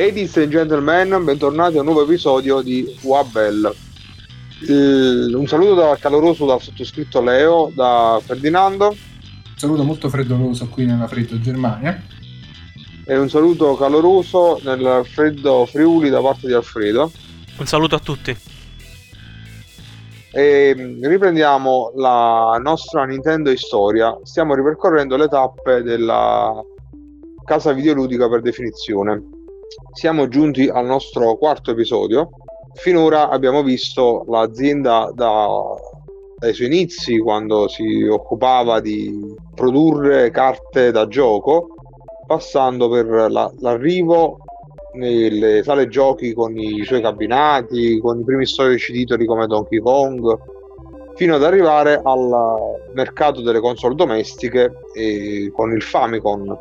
Ladies and gentlemen, bentornati a un nuovo episodio di Wabel. Un saluto caloroso dal sottoscritto Leo, da Ferdinando. Un saluto molto freddoloso qui nella fredda Germania. E un saluto caloroso nel freddo Friuli da parte di Alfredo. Un saluto a tutti. E riprendiamo la nostra Nintendo Storia. Stiamo ripercorrendo le tappe della casa videoludica per definizione. Siamo giunti al nostro quarto episodio. Finora abbiamo visto l'azienda dai suoi inizi, quando si occupava di produrre carte da gioco, passando per l'arrivo nelle sale giochi con i suoi cabinati, con i primi storici titoli come Donkey Kong, fino ad arrivare al mercato delle console domestiche e con il Famicom,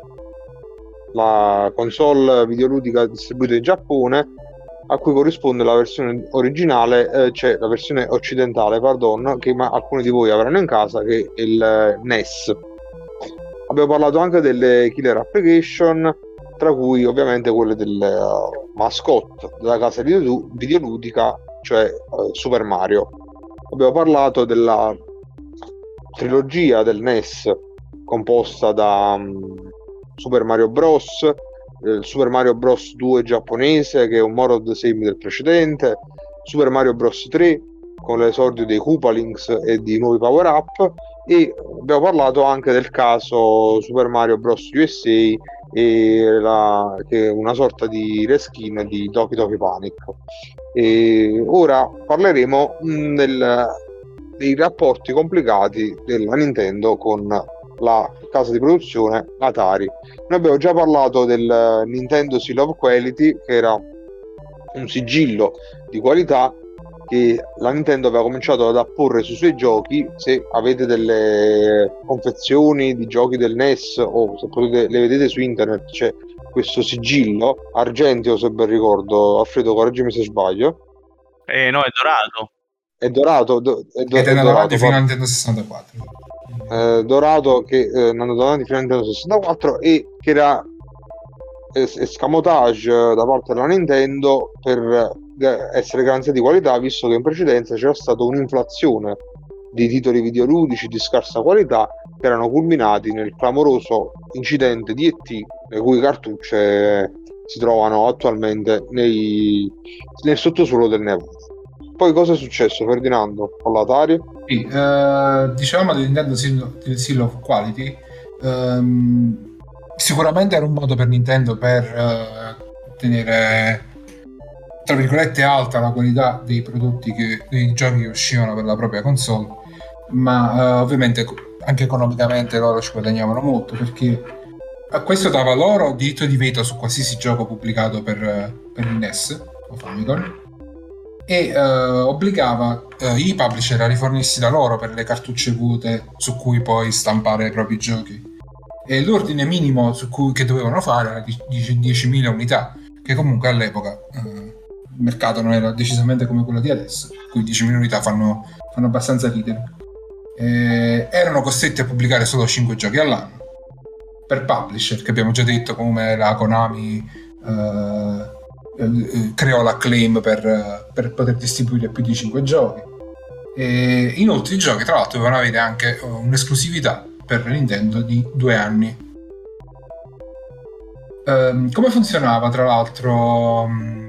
la console videoludica distribuita in Giappone, a cui corrisponde la versione originale, cioè la versione occidentale, che alcuni di voi avranno in casa, che è il NES. Abbiamo parlato anche delle killer application, tra cui ovviamente quelle del mascotte della casa videoludica, cioè Super Mario. Abbiamo parlato della trilogia del NES composta da Super Mario Bros., Super Mario Bros 2 giapponese, che è un Morod semi del precedente, Super Mario Bros 3 con l'esordio dei Koopalings e di nuovi power up, e abbiamo parlato anche del caso Super Mario Bros USA, che è una sorta di reskin di Doki Doki Panic. E ora parleremo dei rapporti complicati della Nintendo con la casa di produzione Atari. Noi abbiamo già parlato del Nintendo Seal of Quality, che era un sigillo di qualità che la Nintendo aveva cominciato ad apporre sui suoi giochi. Se avete delle confezioni di giochi del NES o se potete, le vedete su internet, c'è questo sigillo argenteo, se ben ricordo. Alfredo, correggimi se sbaglio. No, è dorato. È dorato. Ed è andato avanti fino al Nintendo 64. Dorato, che è andato avanti fino al Nintendo 64 e che era escamotage da parte della Nintendo per essere garanzia di qualità, visto che in precedenza c'era stata un'inflazione di titoli videoludici di scarsa qualità che erano culminati nel clamoroso incidente di E.T., le cui cartucce si trovano attualmente nel sottosuolo del Nevada. Poi cosa è successo, Ferdinando, con l'Atari? Sì, dicevamo del Nintendo Seal of Quality. Sicuramente era un modo per Nintendo per tenere, tra virgolette, alta la qualità dei prodotti, dei giochi che uscivano per la propria console, ma ovviamente anche economicamente loro ci guadagnavano molto, perché questo dava loro diritto di veto su qualsiasi gioco pubblicato per il NES o Famicom, e obbligava i publisher a rifornirsi da loro per le cartucce vuote su cui poi stampare i propri giochi. E l'ordine minimo che dovevano fare era di 10.000 unità, che comunque all'epoca il mercato non era decisamente come quello di adesso, quindi 10.000 unità fanno abbastanza ridere. Erano costretti a pubblicare solo 5 giochi all'anno. Per publisher, che abbiamo già detto, come la Konami creò la claim per poter distribuire più di 5 giochi. E inoltre i giochi, tra l'altro, dovevano avere anche un'esclusività per Nintendo di 2 anni. Come funzionava, tra l'altro,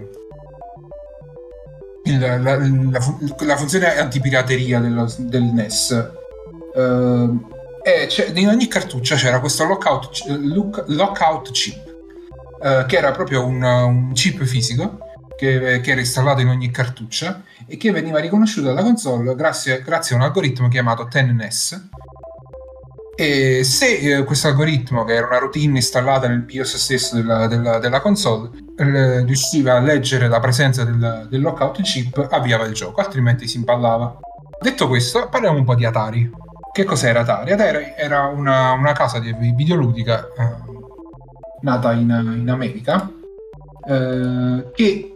la funzione antipirateria del NES? In ogni cartuccia c'era questo lockout chip, che era proprio un chip fisico che era installato in ogni cartuccia e che veniva riconosciuto dalla console grazie a un algoritmo chiamato 10NES. E se questo algoritmo, che era una routine installata nel BIOS stesso della console, riusciva a leggere la presenza del lockout chip, avviava il gioco, altrimenti si impallava. Detto questo, parliamo un po' di Atari. Che cos'era Atari? Atari era una casa di videoludica nata in America, che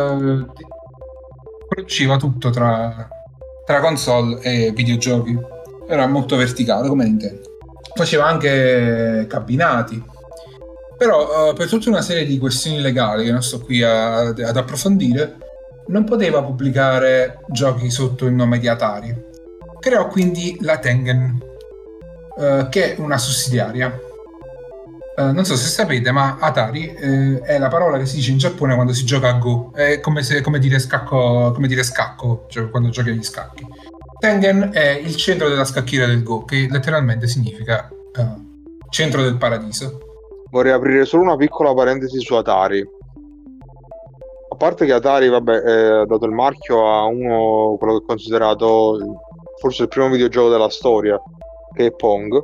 produceva tutto tra console e videogiochi. Era molto verticale come Nintendo. Faceva anche cabinati, Però per tutta una serie di questioni legali che non sto qui ad approfondire, non poteva pubblicare giochi sotto il nome di Atari. Creò quindi la Tengen, che è una sussidiaria. Non so se sapete, ma Atari è la parola che si dice in Giappone quando si gioca a Go. È come dire scacco, cioè quando giochi agli scacchi. Tengen è il centro della scacchiera del Go, che letteralmente significa centro del paradiso. Vorrei aprire solo una piccola parentesi su Atari. A parte che Atari, vabbè, ha dato il marchio a quello che è considerato forse il primo videogioco della storia, che è Pong.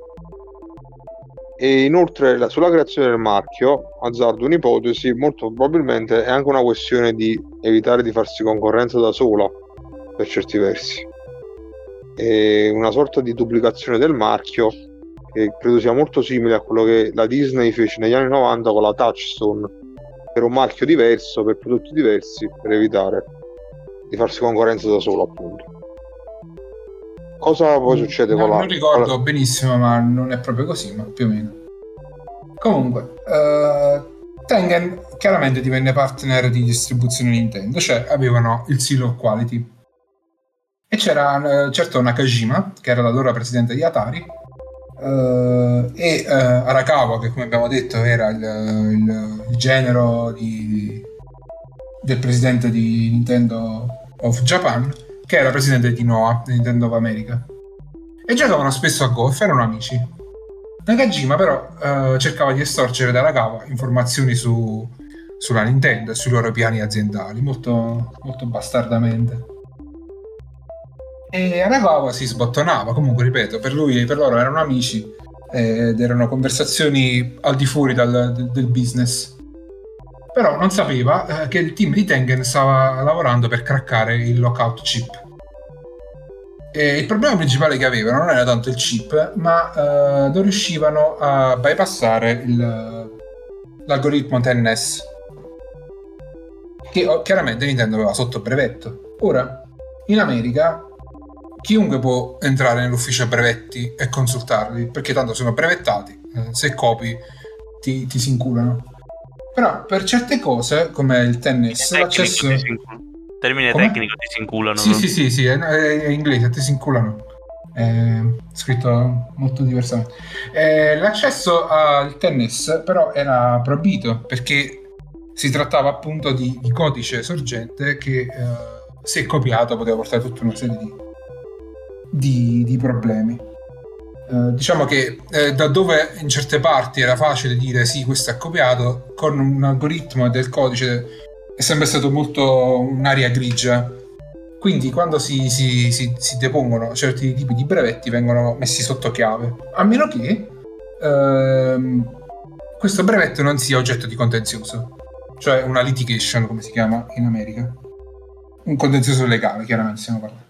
E inoltre sulla creazione del marchio, azzardo un'ipotesi, molto probabilmente è anche una questione di evitare di farsi concorrenza da sola, per certi versi. È una sorta di duplicazione del marchio che credo sia molto simile a quello che la Disney fece negli anni 90 con la Touchstone, per un marchio diverso, per prodotti diversi, per evitare di farsi concorrenza da solo, appunto. Cosa poi succede con la... Non ricordo benissimo, ma non è proprio così, ma più o meno. Comunque, Tengen chiaramente divenne partner di distribuzione Nintendo, cioè avevano il seal of quality. E c'era certo Nakajima, che era l'allora presidente di Atari, e Arakawa, che come abbiamo detto era il genero del presidente di Nintendo of Japan, che era presidente di NOAA, di Nintendo of America, e giocavano spesso a golf, erano amici. Nakajima però cercava di estorcere da Arakawa informazioni sulla Nintendo e sui loro piani aziendali, molto, molto bastardamente. E Arakawa si sbottonava, comunque ripeto, per lui e per loro erano amici ed erano conversazioni al di fuori del business. Però non sapeva che il team di Tengen stava lavorando per craccare il lockout chip. E il problema principale che avevano non era tanto il chip, ma non riuscivano a bypassare l'algoritmo 10S, che chiaramente Nintendo aveva sotto brevetto. Ora, in America chiunque può entrare nell'ufficio brevetti e consultarli, perché tanto sono brevettati, se copi ti si inculano. Però per certe cose, come il tennis, l'accesso... Termine Come? tecnico ti si inculano. Sì, è inglese, ti si inculano. È scritto molto diversamente. L'accesso al tennis però era proibito, perché si trattava appunto di codice sorgente che se copiato poteva portare tutta una serie di problemi. Diciamo che da dove in certe parti era facile dire sì, questo è copiato, con un algoritmo del codice è sempre stato molto un'area grigia. Quindi quando si depongono certi tipi di brevetti vengono messi sotto chiave, a meno che questo brevetto non sia oggetto di contenzioso, cioè una litigation, come si chiama in America, un contenzioso legale, chiaramente stiamo parlando.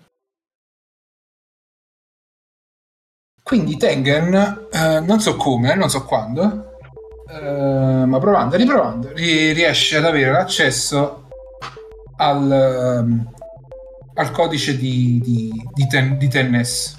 Quindi Tengen, non so come, non so quando, ma provando e riprovando, riesce ad avere l'accesso al codice di 10S,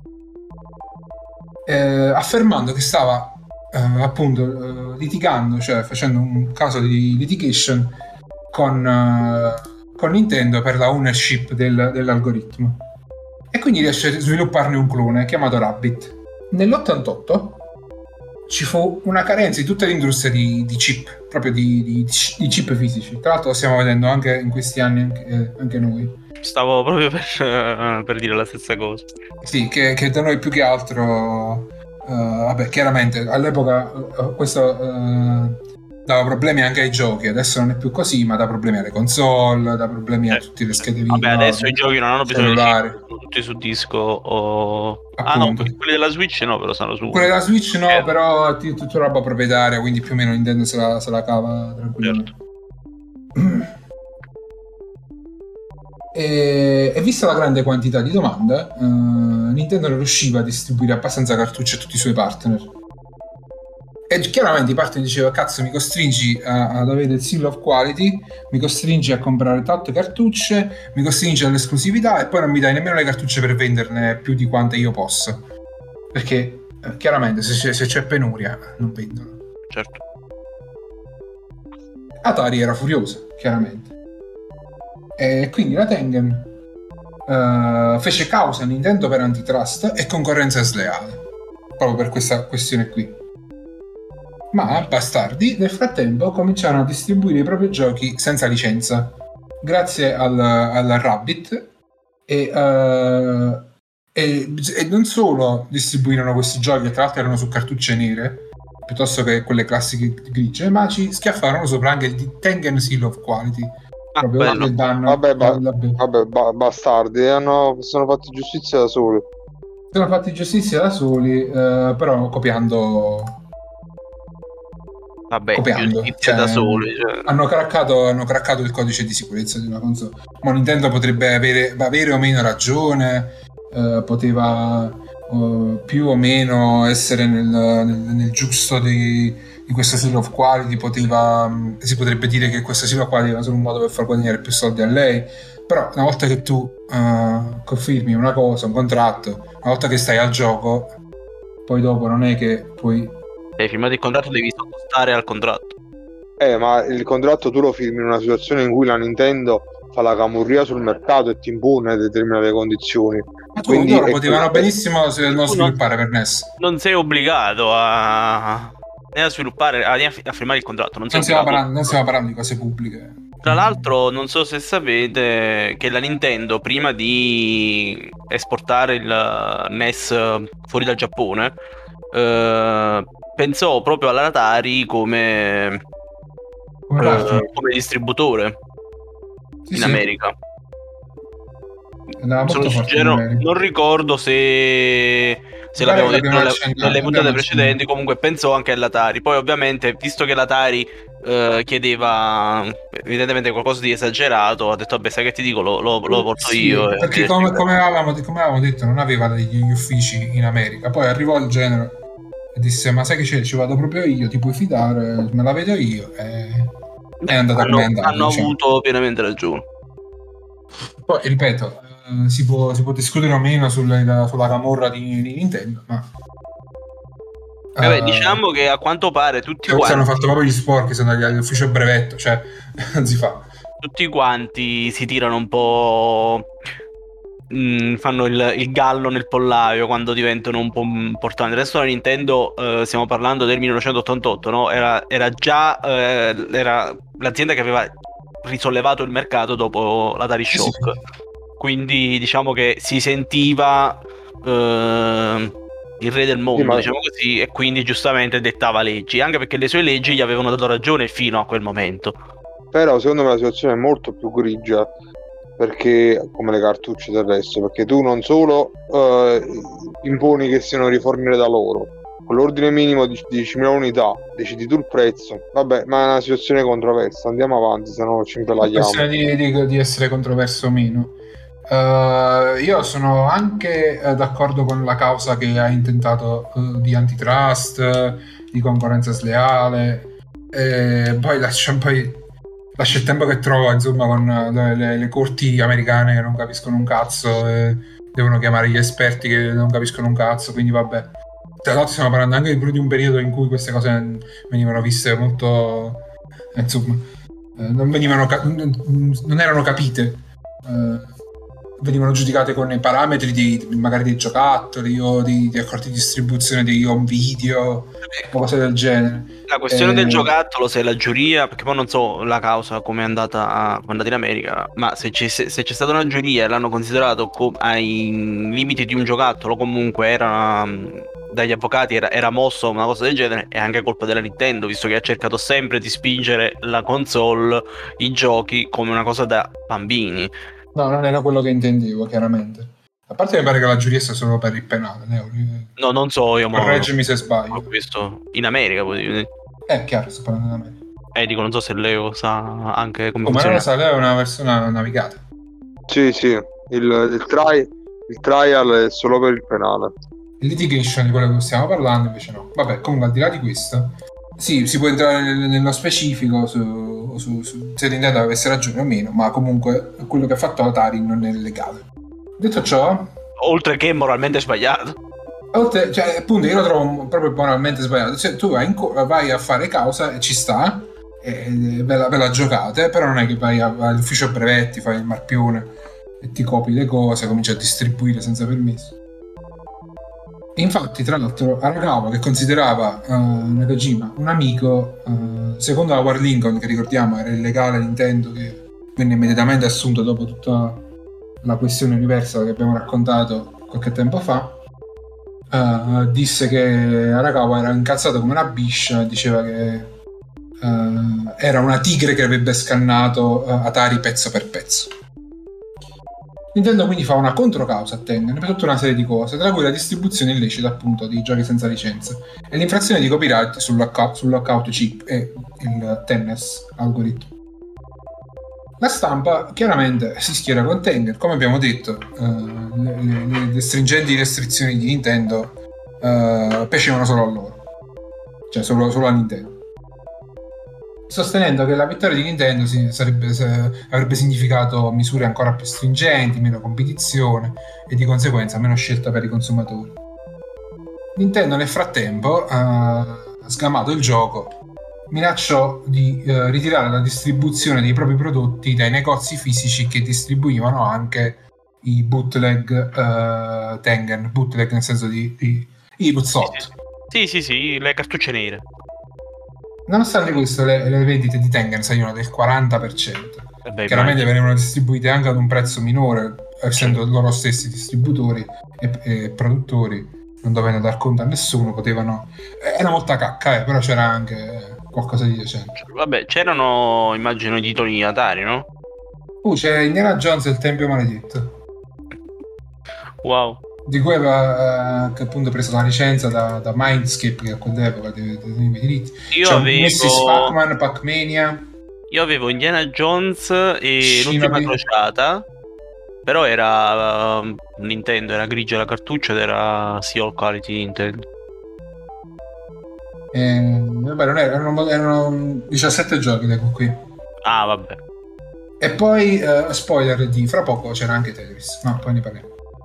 affermando che stava appunto litigando, cioè facendo un caso di litigation con Nintendo per la ownership dell'algoritmo. E quindi riesce a svilupparne un clone chiamato Rabbit. Nell'88 ci fu una carenza in tutta l'industria di chip, proprio di chip fisici. Tra l'altro lo stiamo vedendo anche in questi anni, anche noi. Stavo proprio per dire la stessa cosa. Sì, che da noi più che altro vabbè, chiaramente all'epoca questo dava problemi anche ai giochi, adesso non è più così, ma dà problemi alle console, dà problemi a tutte le schede video. Vabbè, adesso i giochi non hanno bisogno cellulari. di chip, sono tutti su disco o... Appunto. Ah no, quelli della Switch no, però stanno su... Quelle della Switch no, però è tutta roba proprietaria, quindi più o meno Nintendo se la cava tranquillamente. Certo. E vista la grande quantità di domanda, Nintendo non riusciva a distribuire abbastanza cartucce a tutti i suoi partner. E chiaramente i partner dicevano: cazzo, mi costringi ad avere il seal of quality, mi costringi a comprare tot cartucce, mi costringi all'esclusività e poi non mi dai nemmeno le cartucce per venderne più di quante io possa, perché chiaramente se c'è penuria non vendono. Certo. Atari era furiosa, chiaramente. E quindi la Tengen fece causa a Nintendo per antitrust e concorrenza sleale, proprio per questa questione qui. Ma bastardi nel frattempo cominciarono a distribuire i propri giochi senza licenza grazie al Rabbit e non solo distribuirono questi giochi, che tra l'altro erano su cartucce nere piuttosto che quelle classiche grigie, ma ci schiaffarono sopra anche il Tengen Seal of Quality. Proprio bello. il danno. Vabbè, bastardi, sono fatti giustizia da soli. Sono fatti giustizia da soli, però copiando. Vabbè, giustizia da soli. Cioè. Hanno craccato il codice di sicurezza di una console. Ma Nintendo potrebbe avere o meno ragione, poteva più o meno essere nel giusto di questo seal of quality, si potrebbe dire che questo seal of quality era solo un modo per far guadagnare più soldi a lei, però una volta che tu confermi una cosa, un contratto, una volta che stai al gioco, poi dopo non è che puoi... Hai firmato il contratto, devi sottostare al contratto. Ma il contratto tu lo firmi in una situazione in cui la Nintendo fa la camurria sul mercato e ti impone determinate condizioni. Ma quindi loro potevano benissimo non sviluppare per NES. Non sei obbligato a sviluppare, a firmare il contratto. Non stiamo parlando di cose pubbliche. Tra l'altro, non so se sapete che la Nintendo, prima di esportare il NES fuori dal Giappone, pensò proprio all'Atari come distributore in America. Non ricordo se l'avevano detto nelle puntate precedenti. Comunque pensò anche all'Atari. Poi ovviamente, visto che l'Atari chiedeva evidentemente qualcosa di esagerato, ha detto vabbè, sai che ti dico, lo porto io. Perché come avevamo detto, non aveva degli uffici in America. Poi arrivò il genero e disse ma sai che c'è, ci vado proprio io, ti puoi fidare, me la vedo io. È andata come è andata. Hanno avuto pienamente ragione. Poi ripeto, si può discutere o meno sulla camorra di Nintendo, ma vabbè, diciamo che a quanto pare tutti quanti hanno fatto proprio gli sporchi, sono andati all'ufficio brevetto, cioè non si fa. Tutti quanti si tirano un po', fanno il gallo nel pollaio quando diventano un po' importanti. Adesso la Nintendo, stiamo parlando del 1988, no? Era già era l'azienda che aveva risollevato il mercato dopo l'Atari Shock. Sì. Quindi diciamo che si sentiva il re del mondo, diciamo così, e quindi giustamente dettava leggi, anche perché le sue leggi gli avevano dato ragione fino a quel momento. Però secondo me la situazione è molto più grigia, perché come le cartucce del resto, perché tu non solo imponi che siano rifornire da loro, con l'ordine minimo di 10.000 unità decidi tu il prezzo, vabbè, ma è una situazione controversa, andiamo avanti, se no ci impelagliamo. È questione di essere controverso o meno. Io sono anche d'accordo con la causa che ha intentato di antitrust, di concorrenza sleale, poi lascia il tempo che trova, insomma, con le corti americane che non capiscono un cazzo e devono chiamare gli esperti che non capiscono un cazzo, quindi vabbè. Tra l'altro stiamo parlando anche di un periodo in cui queste cose venivano viste molto, insomma, non erano capite, venivano giudicate con i parametri magari dei giocattoli o di accordi di distribuzione di home video o cose del genere. La questione del giocattolo, se la giuria, perché poi non so la causa come è andata in America, ma se c'è stata una giuria e l'hanno considerato ai limiti di un giocattolo, comunque era dagli avvocati era mosso una cosa del genere, è anche colpa della Nintendo, visto che ha cercato sempre di spingere la console, i giochi come una cosa da bambini. No, non era quello che intendevo, chiaramente. A parte mi pare che la giuria sia solo per il penale. No, non so io, ma correggimi se sbaglio. Questo in America, puoi dire. Chiaro, sto parlando in America. Dico, non so se Leo sa anche come funziona. Ma non lo sa, Leo è una persona navigata. Sì, il trial è solo per il penale. Il litigation di quello che stiamo parlando invece no. Vabbè, comunque al di là di questo, sì, si può entrare nello specifico su se Nintendo avesse ragione o meno, ma comunque quello che ha fatto Atari non è legale. Detto ciò, oltre che moralmente sbagliato, cioè appunto io lo trovo proprio moralmente sbagliato. Cioè tu vai a fare causa e ci sta, e ve la giocate, però non è che vai all'ufficio brevetti, fai il marpione e ti copi le cose, cominci a distribuire senza permesso. E infatti, tra l'altro, Arakawa, che considerava Nakajima un amico, secondo la War Lincoln, che ricordiamo era il legale Nintendo che venne immediatamente assunto dopo tutta la questione Universal che abbiamo raccontato qualche tempo fa, disse che Arakawa era incazzato come una biscia e diceva che era una tigre che avrebbe scannato Atari pezzo per pezzo. Nintendo quindi fa una controcausa a Tengen per tutta una serie di cose, tra cui la distribuzione illecita appunto di giochi senza licenza e l'infrazione di copyright sul lockout chip e il tennis algoritmo. La stampa chiaramente si schiera con Tengen, come abbiamo detto, le stringenti restrizioni di Nintendo piacevano solo a loro, cioè solo a Nintendo, sostenendo che la vittoria di Nintendo avrebbe significato misure ancora più stringenti, meno competizione e di conseguenza meno scelta per i consumatori. Nintendo nel frattempo ha sgamato il gioco, minacciò di ritirare la distribuzione dei propri prodotti dai negozi fisici che distribuivano anche i bootleg Tengen, bootleg nel senso di bootshot. Sì, le cartucce nere. Nonostante questo, le vendite di Tengen salivano del 40%. Chiaramente venivano distribuite anche ad un prezzo minore, essendo loro stessi distributori e produttori, non dovendo dar conto a nessuno, potevano... Era molta cacca, però c'era anche qualcosa di decente. Vabbè, c'erano, immagino, i titoli Atari, no? C'è Indiana Jones e il Tempio Maledetto. Wow. Di cui aveva che appunto preso la licenza da Mindscape, che a quell'epoca teneva i diritti. Io avevo Mrs. Pac-Man, Pac-Mania. Io avevo Indiana Jones e l'ultima crociata, però era Nintendo, era grigia la cartuccia ed era all quality Nintendo. Vabbè, non erano 17 giochi da qui. Ah, vabbè. E poi spoiler di fra poco c'era anche Tetris. No, poi ne parliamo.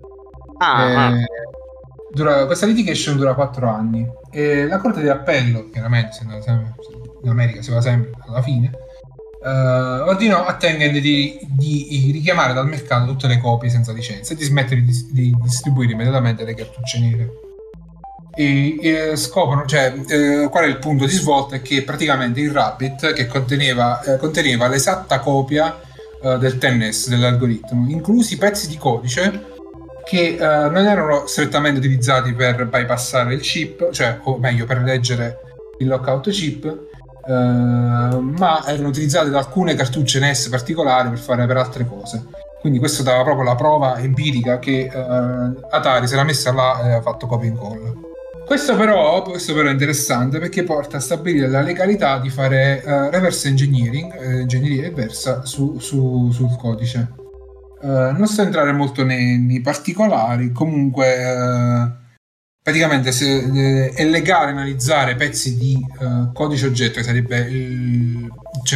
Questa litigation dura 4 anni e la corte di appello, chiaramente in America si va sempre alla fine, ordinò a Tengen di richiamare dal mercato tutte le copie senza licenza e di smettere di distribuire immediatamente le cartucce nere. E scoprono, qual è il punto di svolta? È che praticamente il Rabbit, che conteneva l'esatta copia del tennis dell'algoritmo, inclusi pezzi di codice che non erano strettamente utilizzati per bypassare il chip, o meglio per leggere il lockout chip, ma erano utilizzati da alcune cartucce NES particolari per altre cose. Quindi questo dava proprio la prova empirica che Atari se l'ha messa là e aveva fatto copia e incolla. Questo però è interessante perché porta a stabilire la legalità di fare reverse engineering, ingegneria inversa sul codice. Non sto a entrare molto nei particolari, comunque praticamente è legale analizzare pezzi di codice oggetto, che sarebbe il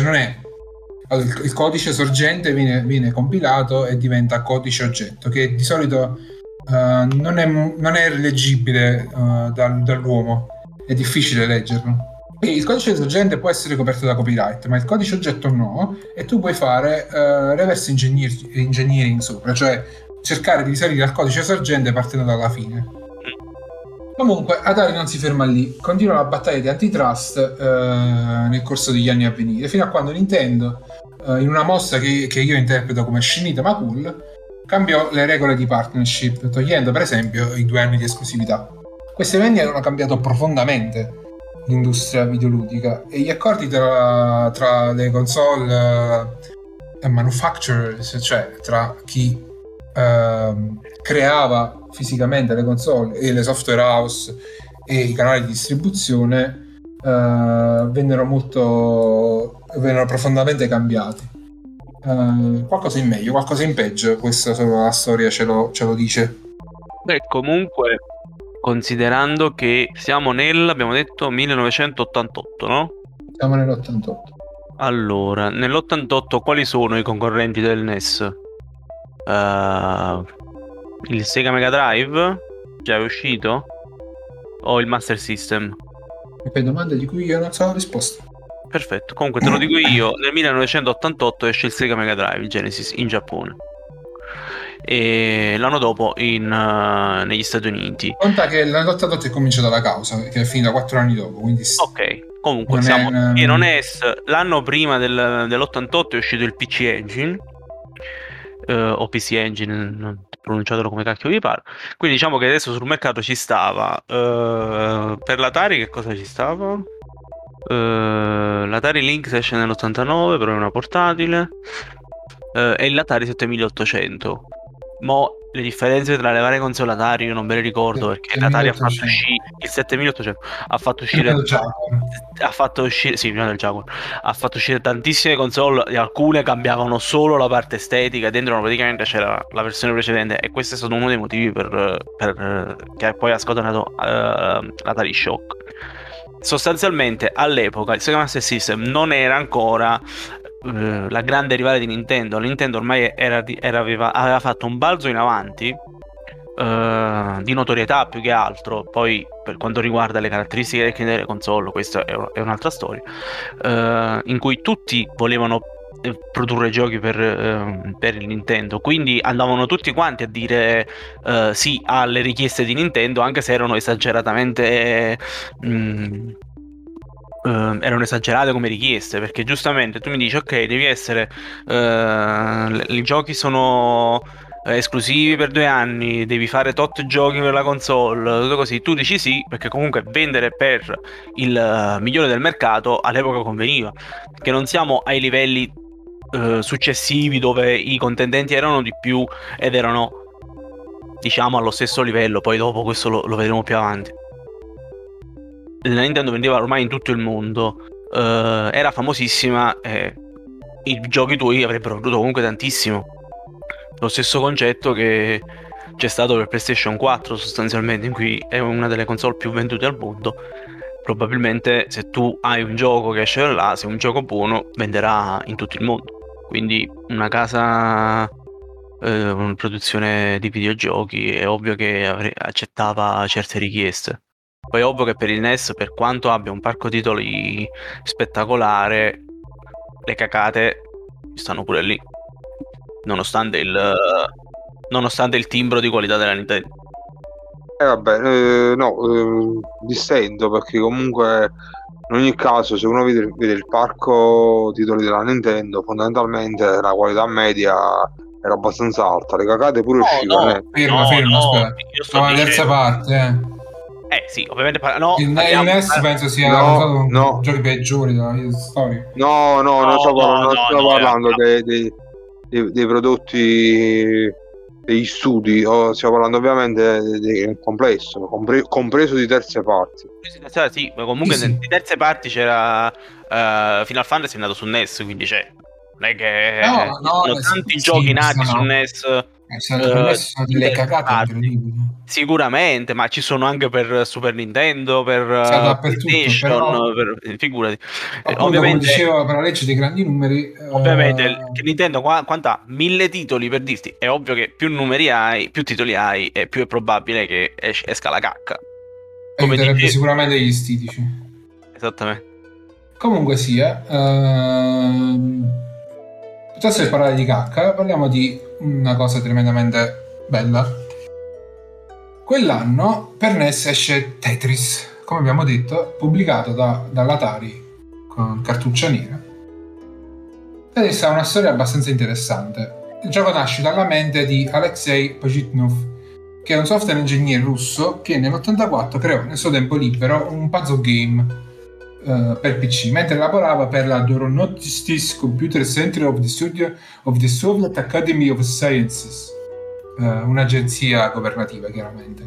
codice sorgente viene compilato e diventa codice oggetto, che di solito non è leggibile dall'uomo, è difficile leggerlo. E il codice sorgente può essere coperto da copyright, ma il codice oggetto no, e tu puoi fare reverse engineering sopra, cioè cercare di risalire al codice sorgente partendo dalla fine. Comunque Atari non si ferma lì, continua la battaglia di antitrust nel corso degli anni a venire, fino a quando Nintendo, in una mossa che io interpreto come scinita ma cool, cambiò le regole di partnership, togliendo per esempio i 2 anni di esclusività. Questi eventi hanno cambiato profondamente l'industria videoludica e gli accordi tra le console manufacturers, cioè tra chi creava fisicamente le console e le software house e i canali di distribuzione, vennero profondamente cambiati. Qualcosa in meglio, qualcosa in peggio, questa solo la storia ce lo dice. Beh, comunque, considerando che siamo abbiamo detto 1988, no? Siamo nell'88. Allora, nell'88 quali sono i concorrenti del NES? Il Sega Mega Drive? Già è uscito? O il Master System? Mi fai domande di cui io non so la risposta. Perfetto, comunque te lo dico io, nel 1988 esce il Sega Mega Drive Genesis in Giappone e l'anno dopo negli Stati Uniti. Conta che l'88 è cominciata la causa, che è finita 4 anni dopo, quindi ok, comunque non siamo è- in NES. L'anno prima dell'88 è uscito il PC Engine, o PC Engine, non pronunciatelo come cacchio vi pare. Quindi diciamo che adesso sul mercato ci stava per l'Atari, che cosa ci stava? L'Atari Lynx esce nell'89, però è una portatile, e l'Atari 7800. Mo le differenze tra le varie console Atari io non me le ricordo, perché l'Atari ha fatto 7800. uscire il 7800, ha fatto Prima uscire del Jaguar. sì, prima del Jaguar, ha fatto uscire tantissime console e alcune cambiavano solo la parte estetica, dentro praticamente c'era la versione precedente, e questo è stato uno dei motivi che poi ha scatenato l'Atari Shock. Sostanzialmente all'epoca il Sega Master System non era ancora la grande rivale di Nintendo. Nintendo ormai aveva fatto un balzo in avanti di notorietà più che altro. Poi per quanto riguarda le caratteristiche tecniche delle console, questa è un'altra storia, in cui tutti volevano produrre giochi per il Nintendo, quindi andavano tutti quanti a dire sì alle richieste di Nintendo, anche se erano esageratamente erano esagerate come richieste, perché giustamente tu mi dici ok, devi essere i giochi sono esclusivi per 2 anni, devi fare tot giochi per la console, tutto così. Tu dici sì, perché comunque vendere per il migliore del mercato all'epoca conveniva, che non siamo ai livelli successivi dove i contendenti erano di più ed erano, diciamo, allo stesso livello. Poi dopo questo lo vedremo più avanti. La Nintendo vendeva ormai in tutto il mondo, era famosissima e i giochi tuoi avrebbero venduto comunque tantissimo. Lo stesso concetto che c'è stato per PlayStation 4 sostanzialmente, in cui è una delle console più vendute al mondo. Probabilmente se tu hai un gioco che esce da là, se è un gioco buono, venderà in tutto il mondo. Quindi una casa, una produzione di videogiochi, è ovvio che accettava certe richieste. Poi è ovvio che per il NES, per quanto abbia un parco titoli spettacolare, le cacate stanno pure lì, nonostante il timbro di qualità della Nintendo. Vabbè, no, dissento, perché comunque in ogni caso, se uno vede il parco titoli della Nintendo, fondamentalmente la qualità media era abbastanza alta. Le cacate pure uscivano. Ferma, aspetta. Io sto La terza parte, sì, ovviamente no, il NES penso sia usato no. giochi peggiori della storia. No, non stiamo parlando dei prodotti, degli studi, stiamo parlando ovviamente del complesso, compreso di terze parti. Sì, ma comunque Sì. di terze parti c'era Final Fantasy è nato su NES, quindi non è che sono tanti giochi nati su NES. Sono delle cagate incredibili. Sicuramente, ma ci sono anche per Super Nintendo, per PlayStation, figurati. Appunto, come dicevo, per la legge dei grandi numeri, ovviamente che Nintendo quanta 1000 titoli per dirti, è ovvio che più numeri hai, più titoli hai, e più è probabile che esca la cacca. Come aiuterebbe sicuramente gli stitici. Esattamente. Comunque sia, piuttosto che parlare di cacca, parliamo di una cosa tremendamente bella. Quell'anno per NES esce Tetris, come abbiamo detto, pubblicato dall'Atari con cartuccia nera. Tetris ha una storia abbastanza interessante. Il gioco nasce dalla mente di Alexei Pajitnov, che è un software engineer russo che nell'84 creò nel suo tempo libero un puzzle game per PC, mentre lavorava per la Doronotsky Computer Center of the Soviet Academy of Sciences, un'agenzia governativa, chiaramente.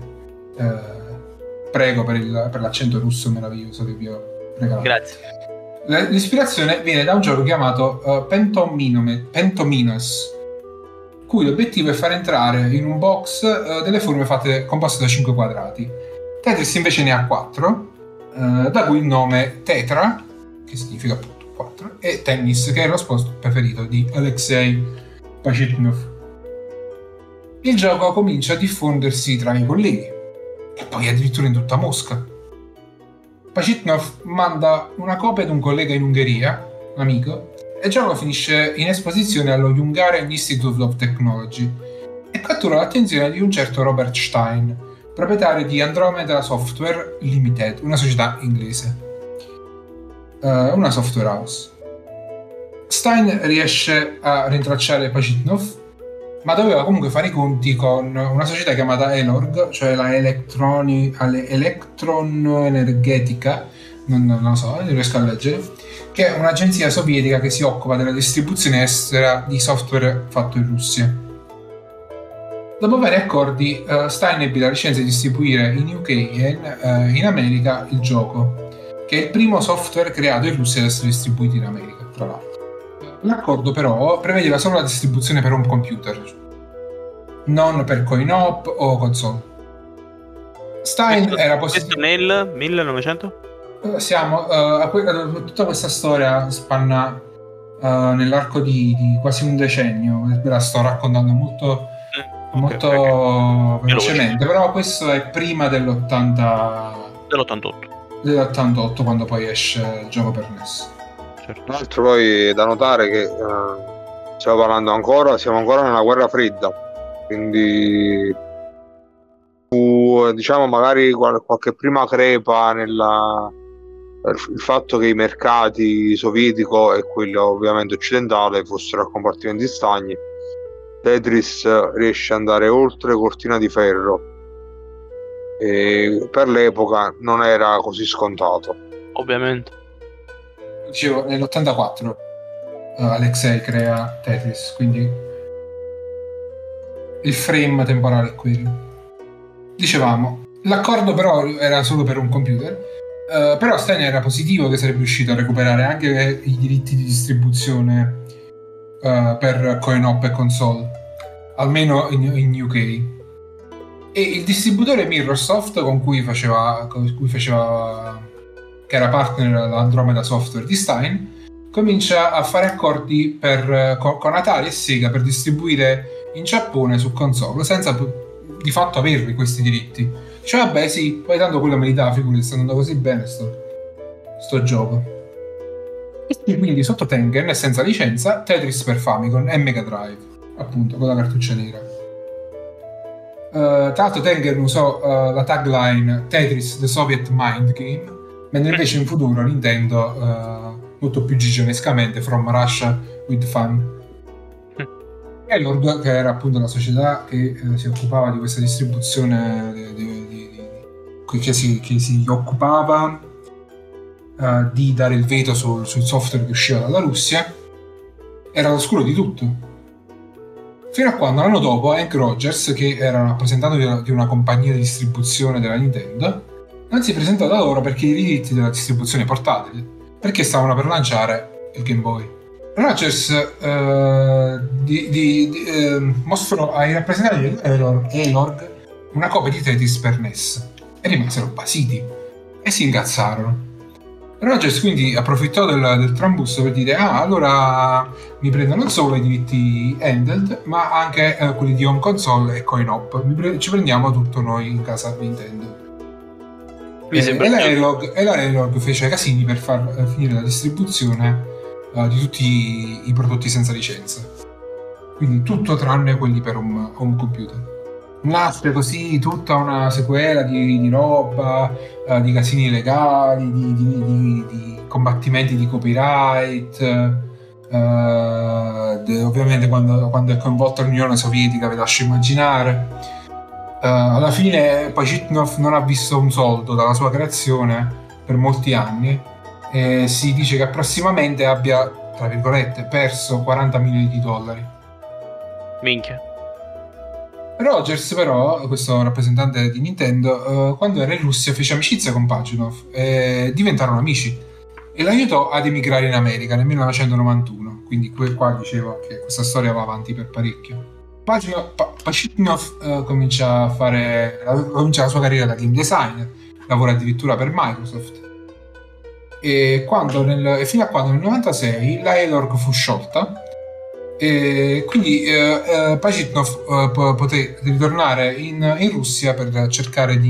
Prego per l'accento russo meraviglioso che vi ho regalato. Grazie. L'ispirazione viene da un gioco chiamato Pentominos, cui l'obiettivo è far entrare in un box delle forme composte da 5 quadrati. Tetris invece ne ha 4, da cui il nome Tetra, che significa appunto 4, e Tennis, che è lo sport preferito di Alexei Pajitnov. Il gioco comincia a diffondersi tra i colleghi e poi addirittura in tutta Mosca. Pachitnov manda una copia ad un collega in Ungheria, un amico, e il gioco finisce in esposizione allo Hungarian Institute of Technology e cattura l'attenzione di un certo Robert Stein, proprietario di Andromeda Software Limited, una società inglese, una software house. Stein riesce a rintracciare Pachitnov, ma doveva comunque fare i conti con una società chiamata Elorg, cioè la Electron Energetica, non lo so, non riesco a leggere, che è un'agenzia sovietica che si occupa della distribuzione estera di software fatto in Russia. Dopo vari accordi, Stein ebbe la licenza di distribuire in UK e in America il gioco, che è il primo software creato in Russia ad essere distribuito in America, tra l'altro. L'accordo però prevedeva solo la distribuzione per home computer, non per coin-op o console. Stein era positivo. Nel 1900? Siamo tutta questa storia spanna nell'arco di quasi un decennio. Ve la sto raccontando molto velocemente, però questo è prima dell'88, quando poi esce il gioco per NES. Tra l'altro poi da notare che siamo ancora nella guerra fredda, quindi diciamo magari qualche prima crepa il fatto che i mercati sovietico e quello ovviamente occidentale fossero a compartimenti stagni. Tetris riesce ad andare oltre Cortina di Ferro e per l'epoca non era così scontato, ovviamente. Dicevo, nell'84 Alexei crea Tetris, quindi il frame temporale è quello. Dicevamo, l'accordo però era solo per un computer, però Stein era positivo che sarebbe riuscito a recuperare anche i diritti di distribuzione per coin-op e console, almeno in UK. E il distributore Mirrorsoft, con cui faceva che era partner dell'Andromeda Software di Stein, comincia a fare accordi con Atari e Sega per distribuire in Giappone su console, senza di fatto averli questi diritti. Cioè vabbè sì, poi tanto quello me li dà, figurati, sta andando così bene sto gioco. E quindi sotto Tengen e senza licenza Tetris per Famicom e Mega Drive, appunto, con la cartuccia nera. Tra l'altro Tengen usò la tagline Tetris the Soviet Mind Game, mentre invece in futuro Nintendo molto più gigionescamente From Russia with Fun. Elorg, che era appunto la società che si occupava di questa distribuzione che si occupava di dare il veto sul software che usciva dalla Russia, era all'oscuro di tutto, fino a quando l'anno dopo Hank Rogers, che era un rappresentante di una compagnia di distribuzione della Nintendo, non si presentò da loro perché i diritti della distribuzione portatile, perché stavano per lanciare il Game Boy. Rogers mostrò ai rappresentanti di Elorg una copia di Tetris per NES e rimasero basiti e si incazzarono. Rogers quindi approfittò del trambusto per dire allora mi prendo non solo i diritti handheld ma anche quelli di home console e coin-op, ci prendiamo tutto noi in casa Nintendo. E la Elorg fece casini per far finire la distribuzione di tutti i prodotti senza licenza, quindi tutto tranne quelli per home computer. Nasce così tutta una sequela di roba, di casini legali, di combattimenti di copyright, ovviamente quando è coinvolta l'Unione Sovietica vi lascio immaginare. Alla fine Pachitnov non ha visto un soldo dalla sua creazione per molti anni. Si dice che prossimamente abbia, tra virgolette, perso $40 milioni. Minchia. Rogers però, questo rappresentante di Nintendo, quando era in Russia fece amicizia con Pachitnov e diventarono amici e l'aiutò ad emigrare in America nel 1991, quindi qua dicevo che questa storia va avanti per parecchio. Pachitnov comincia la sua carriera da game designer, lavora addirittura per Microsoft. E fino a quando nel 96 la Elorg fu sciolta e quindi Pachitnov poté ritornare in Russia per cercare di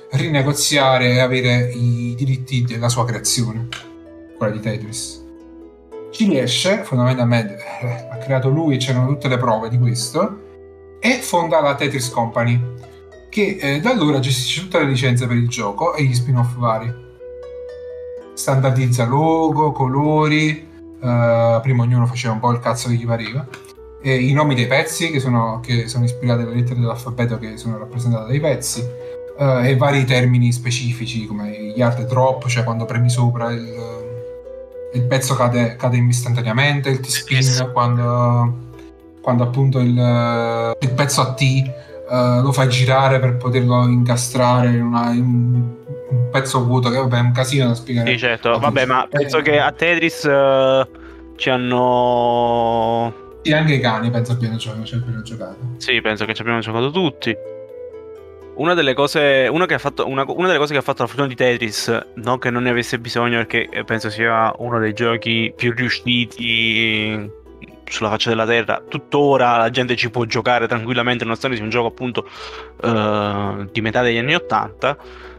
rinegoziare e avere i diritti della sua creazione, quella di Tetris. Ci riesce, fondamentalmente ha creato lui, c'erano tutte le prove di questo, e fonda la Tetris Company, che da allora gestisce tutte le licenze per il gioco e gli spin-off vari. Standardizza logo, colori, prima ognuno faceva un po' il cazzo che gli pareva, e i nomi dei pezzi che sono ispirati alle lettere dell'alfabeto che sono rappresentate dai pezzi, e vari termini specifici come gli hard drop, cioè quando premi sopra il pezzo cade istantaneamente, il T-spin quando appunto il pezzo a T lo fai girare per poterlo incastrare in un pezzo vuoto, che vabbè è un casino da spiegare. Sì, certo, vabbè, ma penso che a Tetris ci hanno... Sì, anche i cani penso abbiano giocato. Sì, penso che ci abbiamo giocato tutti. Una delle cose che ha fatto la fortuna di Tetris, non che non ne avesse bisogno, perché penso sia uno dei giochi più riusciti sulla faccia della terra. Tuttora la gente ci può giocare tranquillamente, nonostante sia un gioco appunto di metà degli anni 80,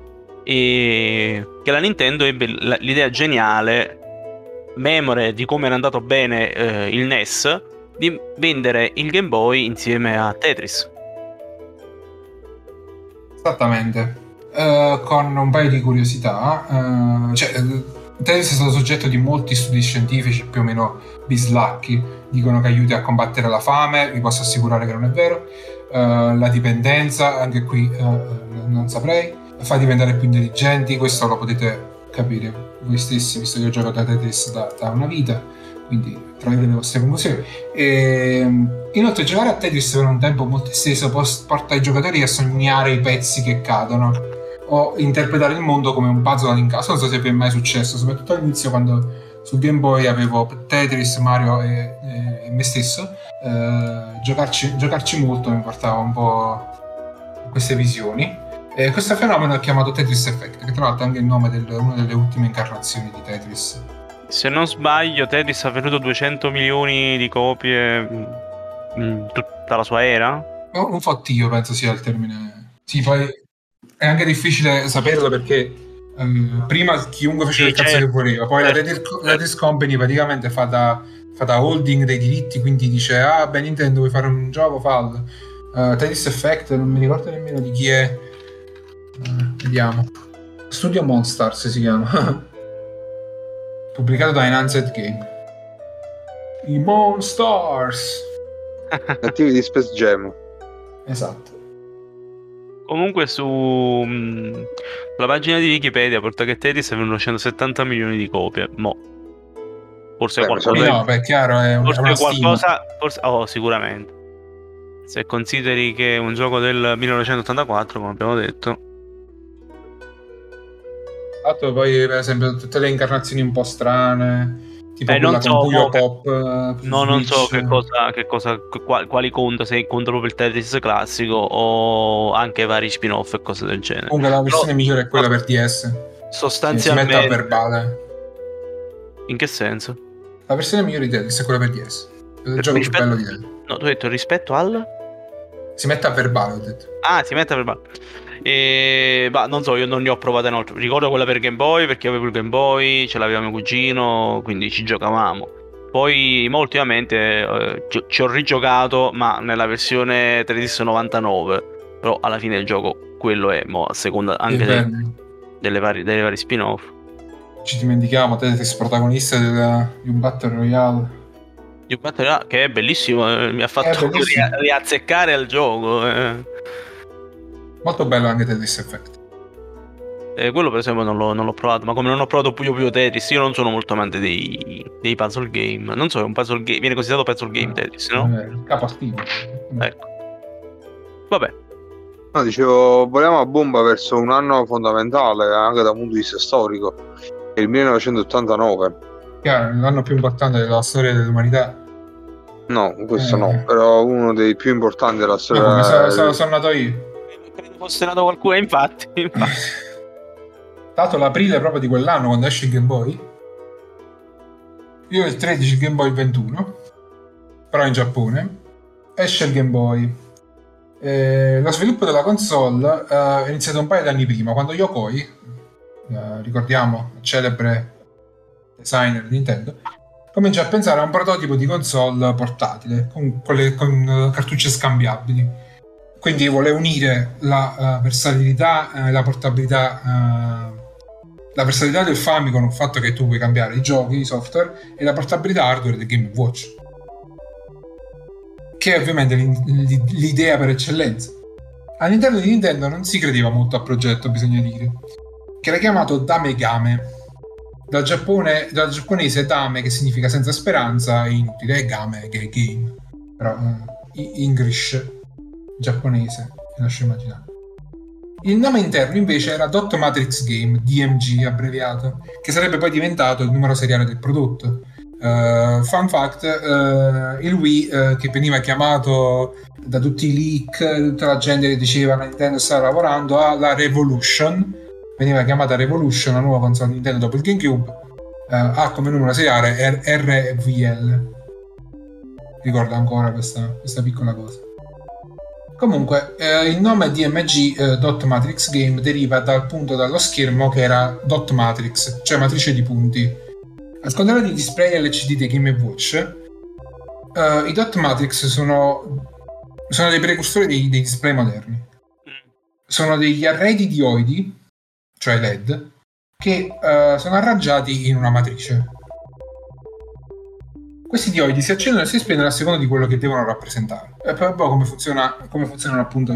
e che la Nintendo ebbe l'idea geniale, memore di come era andato bene il NES, di vendere il Game Boy insieme a Tetris. Esattamente, con un paio di curiosità. Tetris è stato soggetto di molti studi scientifici più o meno bislacchi. Dicono che aiuti a combattere la fame, vi posso assicurare che non è vero. La dipendenza, anche qui non saprei. Fa diventare più intelligenti, questo lo potete capire voi stessi, visto che ho giocato a Tetris da una vita, quindi traete le vostre conclusioni. Inoltre giocare a Tetris per un tempo molto esteso porta i giocatori a sognare i pezzi che cadono o interpretare il mondo come un puzzle all'incasso. Non so se vi è mai successo, soprattutto all'inizio, quando sul Game Boy avevo Tetris, Mario e me stesso. Giocarci molto mi portava un po' a queste visioni. Questo fenomeno è chiamato Tetris Effect, che tra l'altro è anche il nome di una delle ultime incarnazioni di Tetris. Se non sbaglio, Tetris ha venduto 200 milioni di copie in tutta la sua era. Un fottio penso sia il termine. Sì, poi è anche difficile saperlo perché prima chiunque faceva il cazzo che voleva, poi la Tetris Company praticamente fa da holding dei diritti, quindi dice beh, Nintendo vuoi fare un gioco, fallo. Tetris Effect non mi ricordo nemmeno di chi è. Vediamo. Studio Monstars si chiama. Pubblicato da Enhanced Game. I Monstars. Attivi di Space Jam. Esatto. Comunque sulla pagina di Wikipedia porta che Tetris ha venduto 170 milioni di copie. Forse qualcosa. No, beh, chiaro, è forse una qualcosa. Forse, sicuramente. Se consideri che è un gioco del 1984, come abbiamo detto. Poi per esempio tutte le incarnazioni un po' strane, tipo quella non so, con Puyo Pop, non so quali conta, se conta proprio il Tetris classico o anche vari spin-off e cose del genere. Comunque la versione migliore è quella per DS. Sostanzialmente. Si mette a verbale. In che senso? La versione migliore di Tetris è quella per DS. È il gioco più bello di Tetris. No, tu hai detto rispetto al? Si mette a verbale, ho detto. Si mette a verbale. Non so, io non ne ho provate inoltre. Ricordo quella per Game Boy perché avevo il Game Boy, ce l'aveva mio cugino, quindi ci giocavamo. Poi ultimamente ci ho rigiocato, ma nella versione 3DS99. Però alla fine il gioco quello è, a seconda anche delle varie spin-off. Ci dimentichiamo, Tetris protagonista di un Battle Royale. Di un Battle Royale che è bellissimo, mi ha fatto riazzeccare al gioco. Molto bello anche Tetris Effect. Quello per esempio non l'ho provato, ma come non ho provato Puyo Tetris, io non sono molto amante dei puzzle game. Non so, è un puzzle game, viene considerato puzzle game Tetris, no? Capostino. Ecco. Vabbè. No, dicevo, vogliamo a bomba verso un anno fondamentale anche dal punto di vista storico, che è il 1989. Chiaro, l'anno più importante della storia dell'umanità. No, questo no, però uno dei più importanti della storia. Sono nato io. Credo fosse nato qualcuno, infatti. Dato l'aprile proprio di quell'anno, quando esce il Game Boy. Io il 13, il Game Boy il 21, però in Giappone. Esce il Game Boy Lo sviluppo della console è iniziato un paio d'anni prima, quando Yokoi, ricordiamo, celebre designer di Nintendo, comincia a pensare a un prototipo di console portatile con cartucce scambiabili. Quindi vuole unire la versatilità e la portabilità, la versatilità del Famicom, il fatto che tu puoi cambiare i giochi, i software, e la portabilità hardware del Game Watch, che è ovviamente l'idea per eccellenza. All'interno di Nintendo non si credeva molto al progetto, bisogna dire, che era chiamato Damegame, dal giapponese dame, che significa senza speranza, e inutile, e game, che è game, però English giapponese, vi lascio immaginare. Il nome interno invece era Dot Matrix Game, DMG abbreviato, che sarebbe poi diventato il numero seriale del prodotto. Fun fact, il Wii, che veniva chiamato da tutti i leak, tutta la gente che diceva che Nintendo stava lavorando alla Revolution, veniva chiamata Revolution, la nuova console Nintendo dopo il GameCube, ha come numero seriale RVL. Ricordo ancora questa piccola cosa. Comunque, il nome DMG, Dot Matrix Game, deriva dallo schermo che era Dot Matrix, cioè matrice di punti. Al contrario di display LCD dei Game Watch, i Dot Matrix sono dei precursori dei display moderni. Sono degli array di dioidi, cioè LED, che sono arrangiati in una matrice. Questi dioidi si accendono e si spengono a seconda di quello che devono rappresentare. E poi come funzionano appunto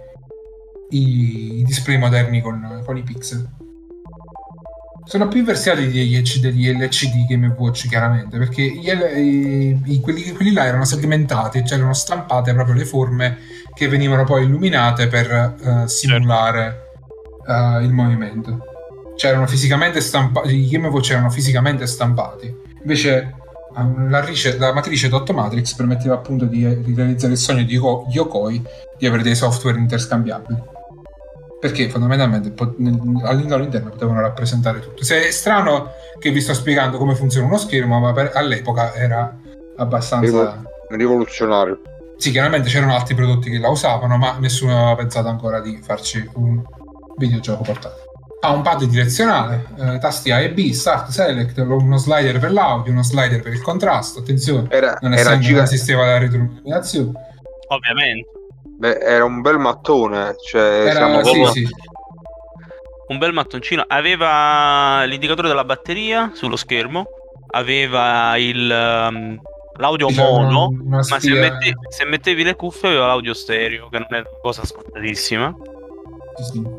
i display moderni con i pixel. Sono più versati degli LCD Game Watch, chiaramente, perché quelli là erano segmentati, cioè erano stampate proprio le forme che venivano poi illuminate per simulare il movimento. Cioè erano fisicamente stampati, i Game Watch erano fisicamente stampati. Invece la matrice Dot Matrix permetteva appunto di realizzare il sogno di Yokoi di avere dei software interscambiabili, perché fondamentalmente all'interno potevano rappresentare tutto. Se è strano che vi sto spiegando come funziona uno schermo, ma all'epoca era abbastanza rivoluzionario. Sì, chiaramente c'erano altri prodotti che la usavano, ma nessuno aveva pensato ancora di farci un videogioco portatile. Ha un pad direzionale, tasti A e B, Start, Select, uno slider per l'audio, uno slider per il contrasto. Attenzione, non esisteva la retroilluminazione. Ovviamente. Beh, era un bel mattone, cioè sì. Un bel mattoncino. Aveva l'indicatore della batteria sullo schermo, aveva l'audio mono, ma se mettevi le cuffie aveva l'audio stereo, che non è una cosa scontatissima. Sì.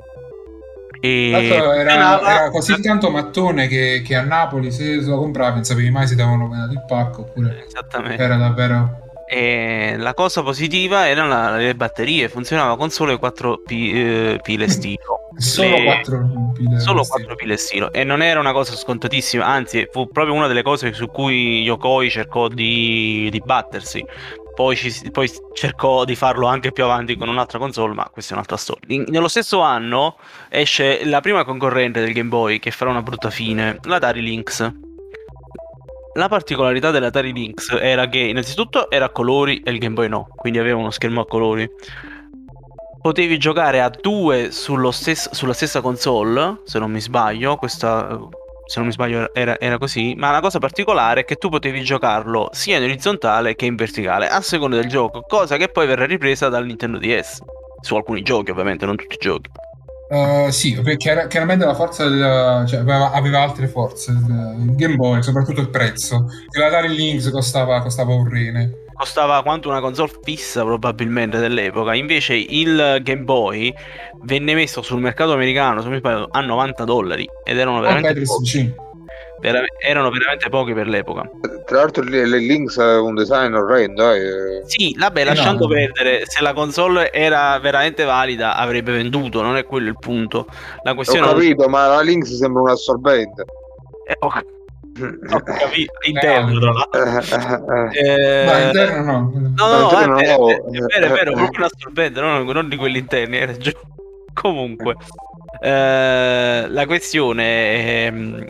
Era così tanto mattone che a Napoli, se lo compravi, non sapevi mai se ti avevano venduto il pacco oppure esattamente. Era davvero. E la cosa positiva erano le batterie, funzionava con solo 4 pile stilo. Solo 4 pile stilo. E non era una cosa scontatissima, anzi fu proprio una delle cose su cui Yokoi cercò di battersi. Poi cercò di farlo anche più avanti con un'altra console, ma questa è un'altra storia. Nello stesso anno esce la prima concorrente del Game Boy, che farà una brutta fine, l'Atari Lynx. La particolarità dell'Atari Lynx era che innanzitutto era a colori e il Game Boy no, quindi aveva uno schermo a colori. Potevi giocare a due sulla stessa console, se non mi sbaglio, se non mi sbaglio era così, ma la cosa particolare è che tu potevi giocarlo sia in orizzontale che in verticale, a seconda del gioco, cosa che poi verrà ripresa dal Nintendo DS, su alcuni giochi ovviamente, non tutti i giochi. Sì, perché chiaramente la forza aveva altre forze, il Game Boy, soprattutto il prezzo, che l'Atari Lynx costava un rene. Costava quanto una console fissa probabilmente dell'epoca. Invece il Game Boy venne messo sul mercato americano, se non mi sbaglio, a $90 ed erano veramente pochi. Erano veramente pochi per l'epoca. Tra l'altro il Lynx è un design orrendo. Sì, vabbè, lasciando perdere, se la console era veramente valida avrebbe venduto, non è quello il punto. La questione ho capito, ma la Lynx sembra un assorbente. Ho capito, interno tra l'altro. Ma interno no. No, è vero, proprio un assorbente, non di quelli interni, hai ragione. Comunque, la questione è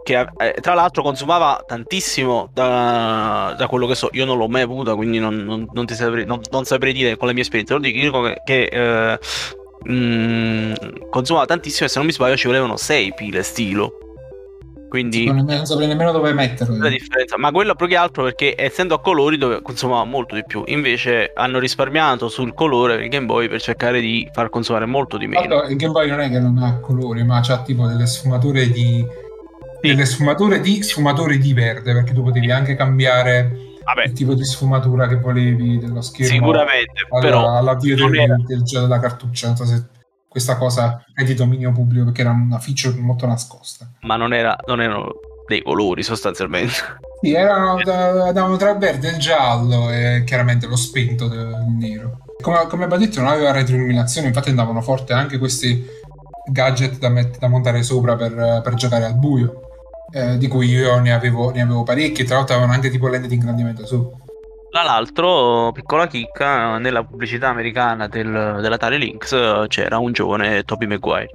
che tra l'altro consumava tantissimo da quello che so. Io non l'ho mai avuta, quindi non ti saprei, non saprei dire con le mie esperienze. Lo dico che consumava tantissimo e se non mi sbaglio ci volevano 6 pile stilo. Quindi non saprei nemmeno dove metterlo. la differenza, ma quello più che altro perché essendo a colori dove consumava molto di più, invece hanno risparmiato sul colore del Game Boy per cercare di far consumare molto di meno. Allora, il Game Boy non è che non ha colori, ma c'ha tipo delle sfumature di sfumature di verde, perché tu potevi anche cambiare il tipo di sfumatura che volevi dello schermo. Sicuramente, però all'avvio del gioco della cartuccia. Non so se questa cosa è di dominio pubblico, perché era una feature molto nascosta. Ma non erano dei colori sostanzialmente. Sì, andavano tra il verde e il giallo e chiaramente lo spento del nero. Come abbiamo detto, non aveva retroilluminazione, infatti andavano forte anche questi gadget da montare sopra per giocare al buio, di cui io ne avevo parecchi. Tra l'altro avevano anche tipo lente di ingrandimento su. Tra l'altro, piccola chicca, nella pubblicità americana dell'Atari Lynx c'era un giovane Tobey Maguire.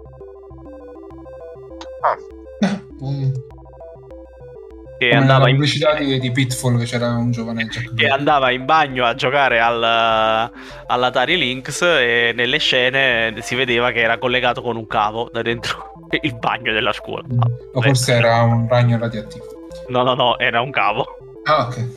Che andava in pubblicità di Pitfall, che c'era un giovane che andava in bagno a giocare all'Atari Lynx e nelle scene si vedeva che era collegato con un cavo da dentro il bagno della scuola. O forse era un ragno radioattivo. No, era un cavo. Ah, ok.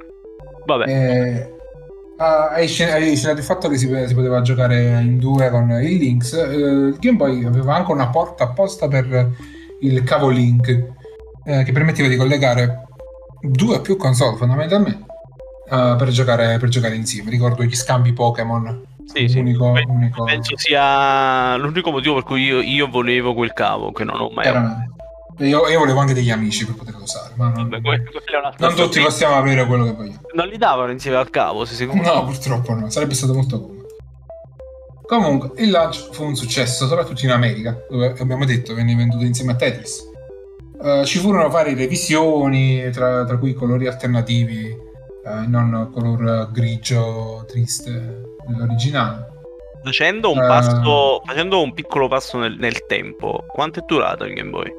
Vabbè. Hai citato il fatto che si poteva giocare in due con il Lynx. Il Game Boy aveva anche una porta apposta per il cavo Link, che permetteva di collegare 2 o più console fondamentalmente per giocare insieme. Ricordo gli scambi Pokémon. Sì. Penso sia l'unico motivo per cui io volevo quel cavo, che non ho mai avuto. Io volevo anche degli amici per poterlo usare, ma non tutti possiamo avere quello che vogliamo. Non li davano insieme al cavo, sei sicuro? No, purtroppo no, sarebbe stato molto comodo. Comunque, il lancio fu un successo, soprattutto in America, dove abbiamo detto venne venduto insieme a Tetris. Ci furono varie revisioni, tra cui colori alternativi, non color grigio triste dell'originale. Facendo un piccolo passo nel tempo, quanto è durato il Game Boy?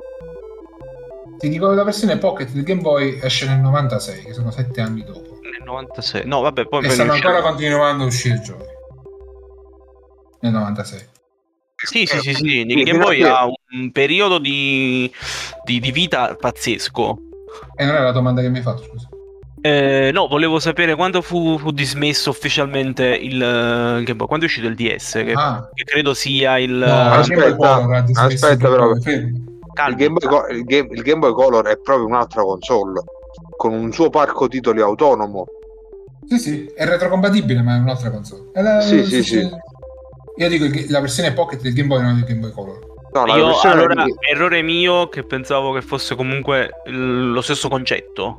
Ti dico che la versione Pocket del Game Boy esce nel 96, che sono 7 anni dopo. Nel 96? No, vabbè, poi e stanno ancora continuando a uscire giochi. Nel 96. Sì. Il Game Boy ha un periodo di vita pazzesco. E non è la domanda che mi hai fatto, scusa. No, volevo sapere quando fu dismesso ufficialmente il Game Boy. Quando è uscito il DS? Che credo sia il... No, aspetta però. Il Game Boy Color è proprio un'altra console con un suo parco titoli autonomo. Sì, è retrocompatibile, ma è un'altra console. Sì. Io dico che la versione Pocket del Game Boy non è il Game Boy Color. No, errore mio, che pensavo che fosse comunque lo stesso concetto.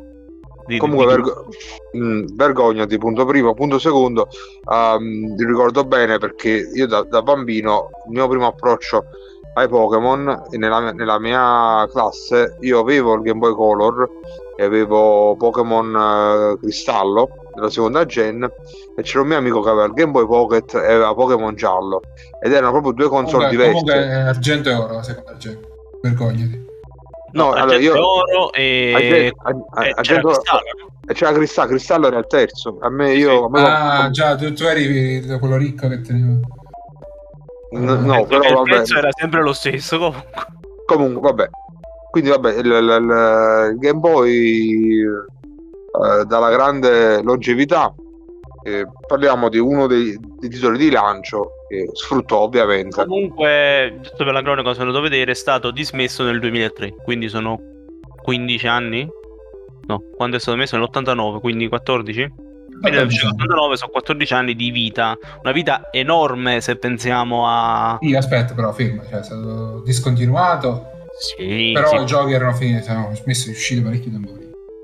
Vergognati, punto primo. Punto secondo, ti ricordo bene perché io da bambino il mio primo approccio ai Pokémon, nella mia classe io avevo il Game Boy Color e avevo Pokémon Cristallo della seconda gen, e c'era un mio amico che aveva il Game Boy Pocket e aveva Pokémon Giallo, ed erano proprio due console diverse. Comunque argento e oro la seconda gen, vergognati. No, allora io oro e c'era Cristallo era il terzo. Già, tu eri quello ricco che teneva. No, però il prezzo era sempre lo stesso comunque vabbè. Quindi vabbè, il Game Boy dalla grande longevità, parliamo di uno dei titoli di lancio che sfruttò ovviamente. Comunque, giusto per la cronaca, se lo devo vedere, è stato dismesso nel 2003, quindi sono 15 anni? No, quando è stato messo? Nell'89, quindi 14? Quindi nel 1989 sono 14 anni di vita, una vita enorme se pensiamo a... Sì, aspetta, però ferma, cioè è stato discontinuato. Sì, però i giochi erano finiti, avevano smesso di uscire parecchi tempi.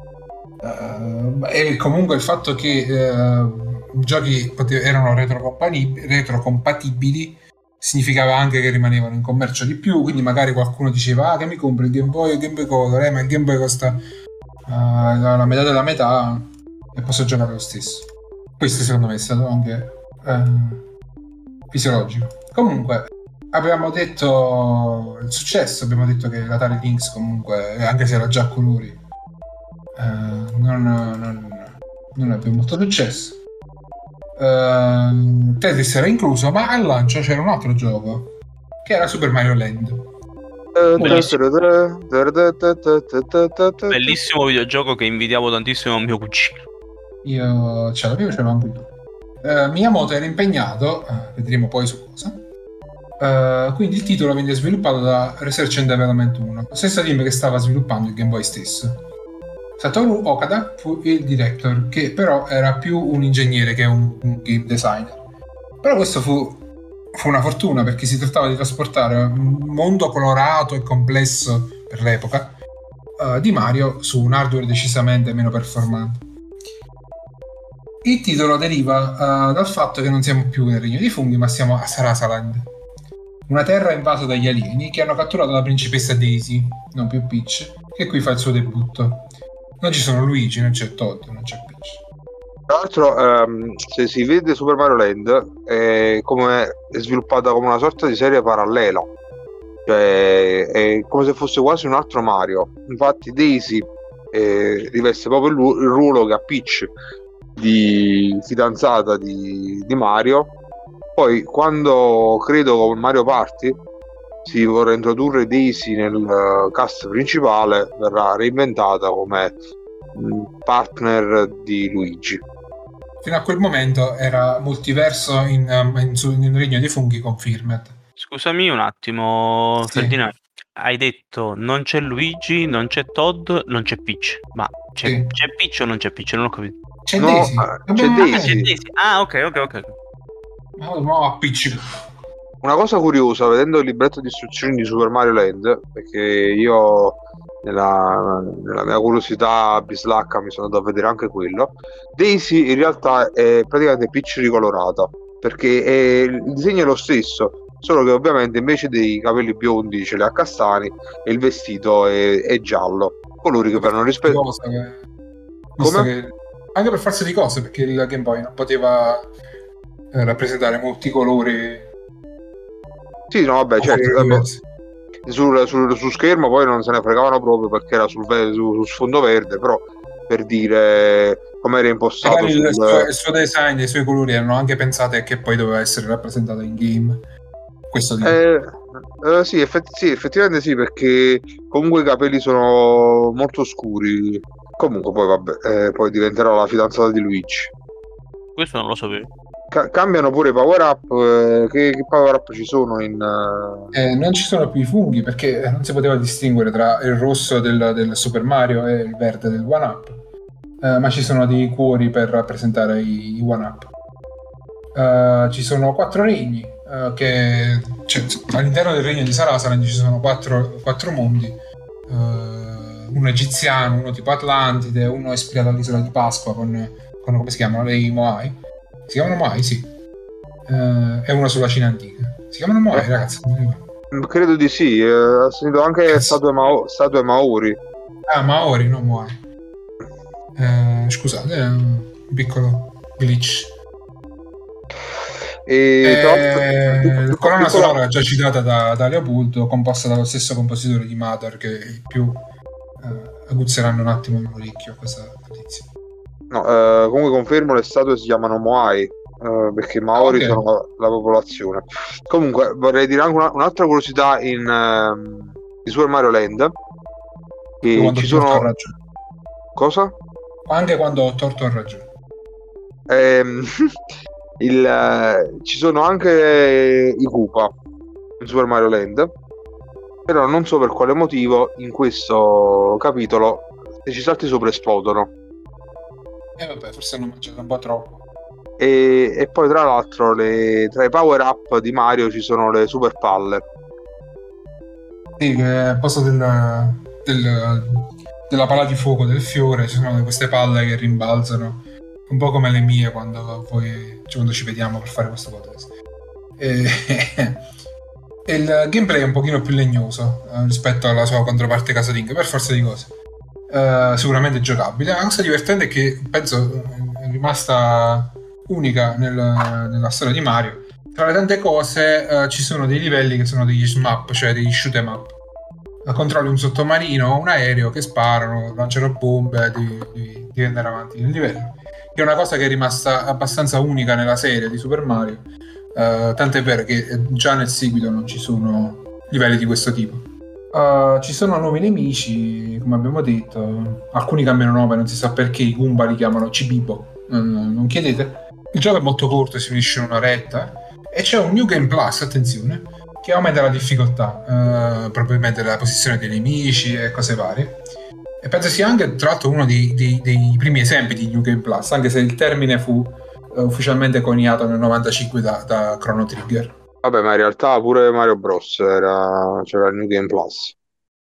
E comunque il fatto che i giochi erano retrocompatibili significava anche che rimanevano in commercio di più, quindi magari qualcuno diceva che mi compro il Game Boy e il Game Boy Color, ma il Game Boy costa la metà della metà e posso giocare lo stesso. Questo secondo me è stato anche fisiologico. Comunque Abbiamo detto il successo, abbiamo detto che l'Atari Lynx comunque, anche se era già a colori, non ebbe molto successo. Tetris era incluso, ma al lancio c'era un altro gioco che era Super Mario Land. Bellissimo videogioco che invidiavo tantissimo a mio cugino. Io ce l'avevo anche tu. Miyamoto era impegnato, vedremo poi su cosa. Quindi il titolo venne sviluppato da Research and Development 1, lo stesso team che stava sviluppando il Game Boy stesso. Satoru Okada fu il director, che però era più un ingegnere che un game designer. Però questo fu una fortuna, perché si trattava di trasportare un mondo colorato e complesso per l'epoca di Mario su un hardware decisamente meno performante. Il titolo deriva dal fatto che non siamo più nel Regno dei Funghi, ma siamo a Sarasaland, una terra invasa dagli alieni che hanno catturato la principessa Daisy, non più Peach, che qui fa il suo debutto. Non ci sono Luigi, non c'è Todd, non c'è Peach. Tra l'altro, se si vede Super Mario Land è sviluppata come una sorta di serie parallela, cioè è come se fosse quasi un altro Mario. Infatti Daisy riveste proprio il ruolo che ha Peach di fidanzata di Mario. Poi quando credo con Mario Party si vorrà introdurre Daisy nel cast principale, verrà reinventata come partner di Luigi. Fino a quel momento era multiverso in Regno dei Funghi Confirmed. Scusami un attimo, Sì. Ferdinando. Hai detto non c'è Luigi, non c'è Todd, non c'è Peach. Ma c'è Peach o non c'è Peach? Non ho capito. C'è Daisy. C'è Daisy. Ah, ok. No, Peach. Una cosa curiosa, vedendo il libretto di istruzioni di Super Mario Land, perché io nella mia curiosità bislacca mi sono andato a vedere anche quello, Daisy in realtà è praticamente Peach ricolorata, perché il disegno è lo stesso, solo che ovviamente invece dei capelli biondi ce li ha castani e il vestito è giallo, colori che vanno rispetto. Come? Anche per forza di cose, perché il Game Boy non poteva rappresentare molti colori. Sì, no, vabbè, certo. Su schermo poi non se ne fregavano proprio perché era sul sfondo verde, però per dire come era impostato il suo design e i suoi colori erano anche pensati che poi doveva essere rappresentato in game. Questo sì, effettivamente sì, perché comunque i capelli sono molto scuri. Comunque poi vabbè, poi diventerà la fidanzata di Luigi. Questo non lo sapevo. Cambiano pure i power up. Che power up ci sono in non ci sono più i funghi, perché non si poteva distinguere tra il rosso del Super Mario e il verde del one up, ma ci sono dei cuori per rappresentare i one up. Ci sono 4 regni, all'interno del regno di Sarasaland ci sono 4 mondi, uno egiziano, uno tipo Atlantide, uno è ispirato all'isola di Pasqua con come si chiamano, le Moai. Si chiamano Moai, sì. E uno sulla Cina antica. Si chiamano Moai, ragazzi? Credo di sì. Ho sentito anche statue Maori. Ah, Maori, non Moai. Scusate, è un piccolo glitch. Colonna sonora già citata da Leopoldo, composta dallo stesso compositore di Mother, che più aguzzeranno un attimo l'orecchio a questa notizia. No, comunque confermo, le statue si chiamano Moai, perché i Maori sono la popolazione. Comunque vorrei dire anche un'altra curiosità di Super Mario Land, che ci sono... Cosa? Anche quando ho torto ho ragione. Ci sono anche i Koopa in Super Mario Land, però non so per quale motivo in questo capitolo se ci salti sopra esplodono. Vabbè, forse hanno mangiato un po' troppo. E poi tra l'altro tra i power up di Mario ci sono le super palle. Sì, che al posto della palla di fuoco del fiore ci sono queste palle che rimbalzano, un po' come le mie quando ci vediamo per fare questo podcast. E il gameplay è un pochino più legnoso rispetto alla sua controparte casalinga, per forza di cose. Sicuramente giocabile. La cosa divertente è che penso è rimasta unica nella storia di Mario tra le tante cose ci sono dei livelli che sono degli shmup, cioè degli shoot 'em up. Controlli un sottomarino o un aereo che sparano, lanciano bombe, devi andare avanti nel livello, che è una cosa che è rimasta abbastanza unica nella serie di Super Mario, tant'è vero che già nel seguito non ci sono livelli di questo tipo. Ci sono nuovi nemici, come abbiamo detto, alcuni cambiano nome, non si sa perché, i Goomba li chiamano Cibibo, non chiedete. Il gioco è molto corto, si finisce in un'oretta, e c'è un New Game Plus, attenzione, che aumenta la difficoltà, probabilmente la posizione dei nemici e cose varie. E penso sia anche, tra l'altro, uno dei primi esempi di New Game Plus, anche se il termine fu ufficialmente coniato nel 95 da Chrono Trigger. Vabbè, ma in realtà pure Mario Bros. C'era il New Game Plus.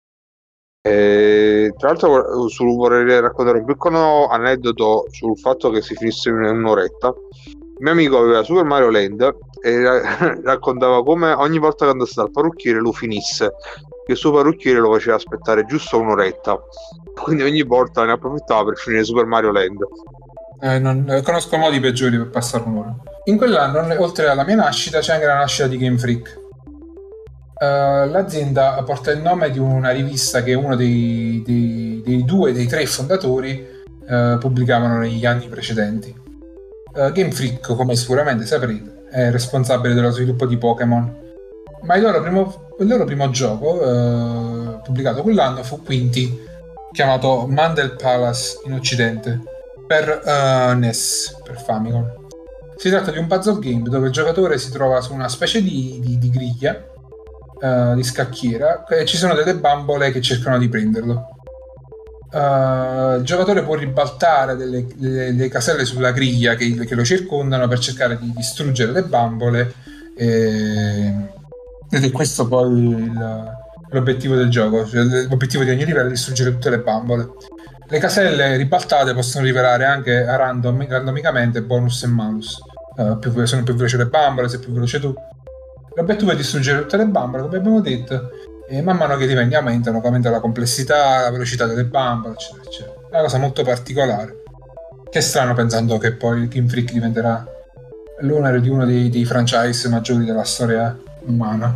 E, tra l'altro vorrei raccontare un piccolo aneddoto sul fatto che si finisse in un'oretta. Il mio amico aveva Super Mario Land e raccontava come ogni volta che andasse dal parrucchiere lo finisse, che il suo parrucchiere lo faceva aspettare giusto un'oretta, quindi ogni volta ne approfittava per finire Super Mario Land. Conosco modi peggiori per passare un'ora. In quell'anno, oltre alla mia nascita, c'è anche la nascita di Game Freak. L'azienda porta il nome di una rivista che uno dei tre fondatori pubblicavano negli anni precedenti. Game Freak, come sicuramente saprete, è responsabile dello sviluppo di Pokémon, ma il loro primo gioco pubblicato quell'anno fu Quinty, chiamato Mandel Palace in occidente, per NES, per Famicom. Si tratta di un puzzle game dove il giocatore si trova su una specie di griglia di scacchiera e ci sono delle bambole che cercano di prenderlo. Il giocatore può ribaltare delle caselle sulla griglia che lo circondano per cercare di distruggere le bambole ed è questo poi l'obiettivo del gioco, cioè l'obiettivo di ogni livello è distruggere tutte le bambole. Le caselle ribaltate possono rivelare anche randomicamente bonus e malus. Sono più veloci le bambole, sei più veloce tu. L'obiettivo è distruggere tutte le bambole, come abbiamo detto, e man mano che i livelli aumentano, aumenta la complessità, la velocità delle bambole, eccetera, eccetera. È una cosa molto particolare. Che è strano pensando che poi Game Freak diventerà l'owner di uno dei franchise maggiori della storia umana.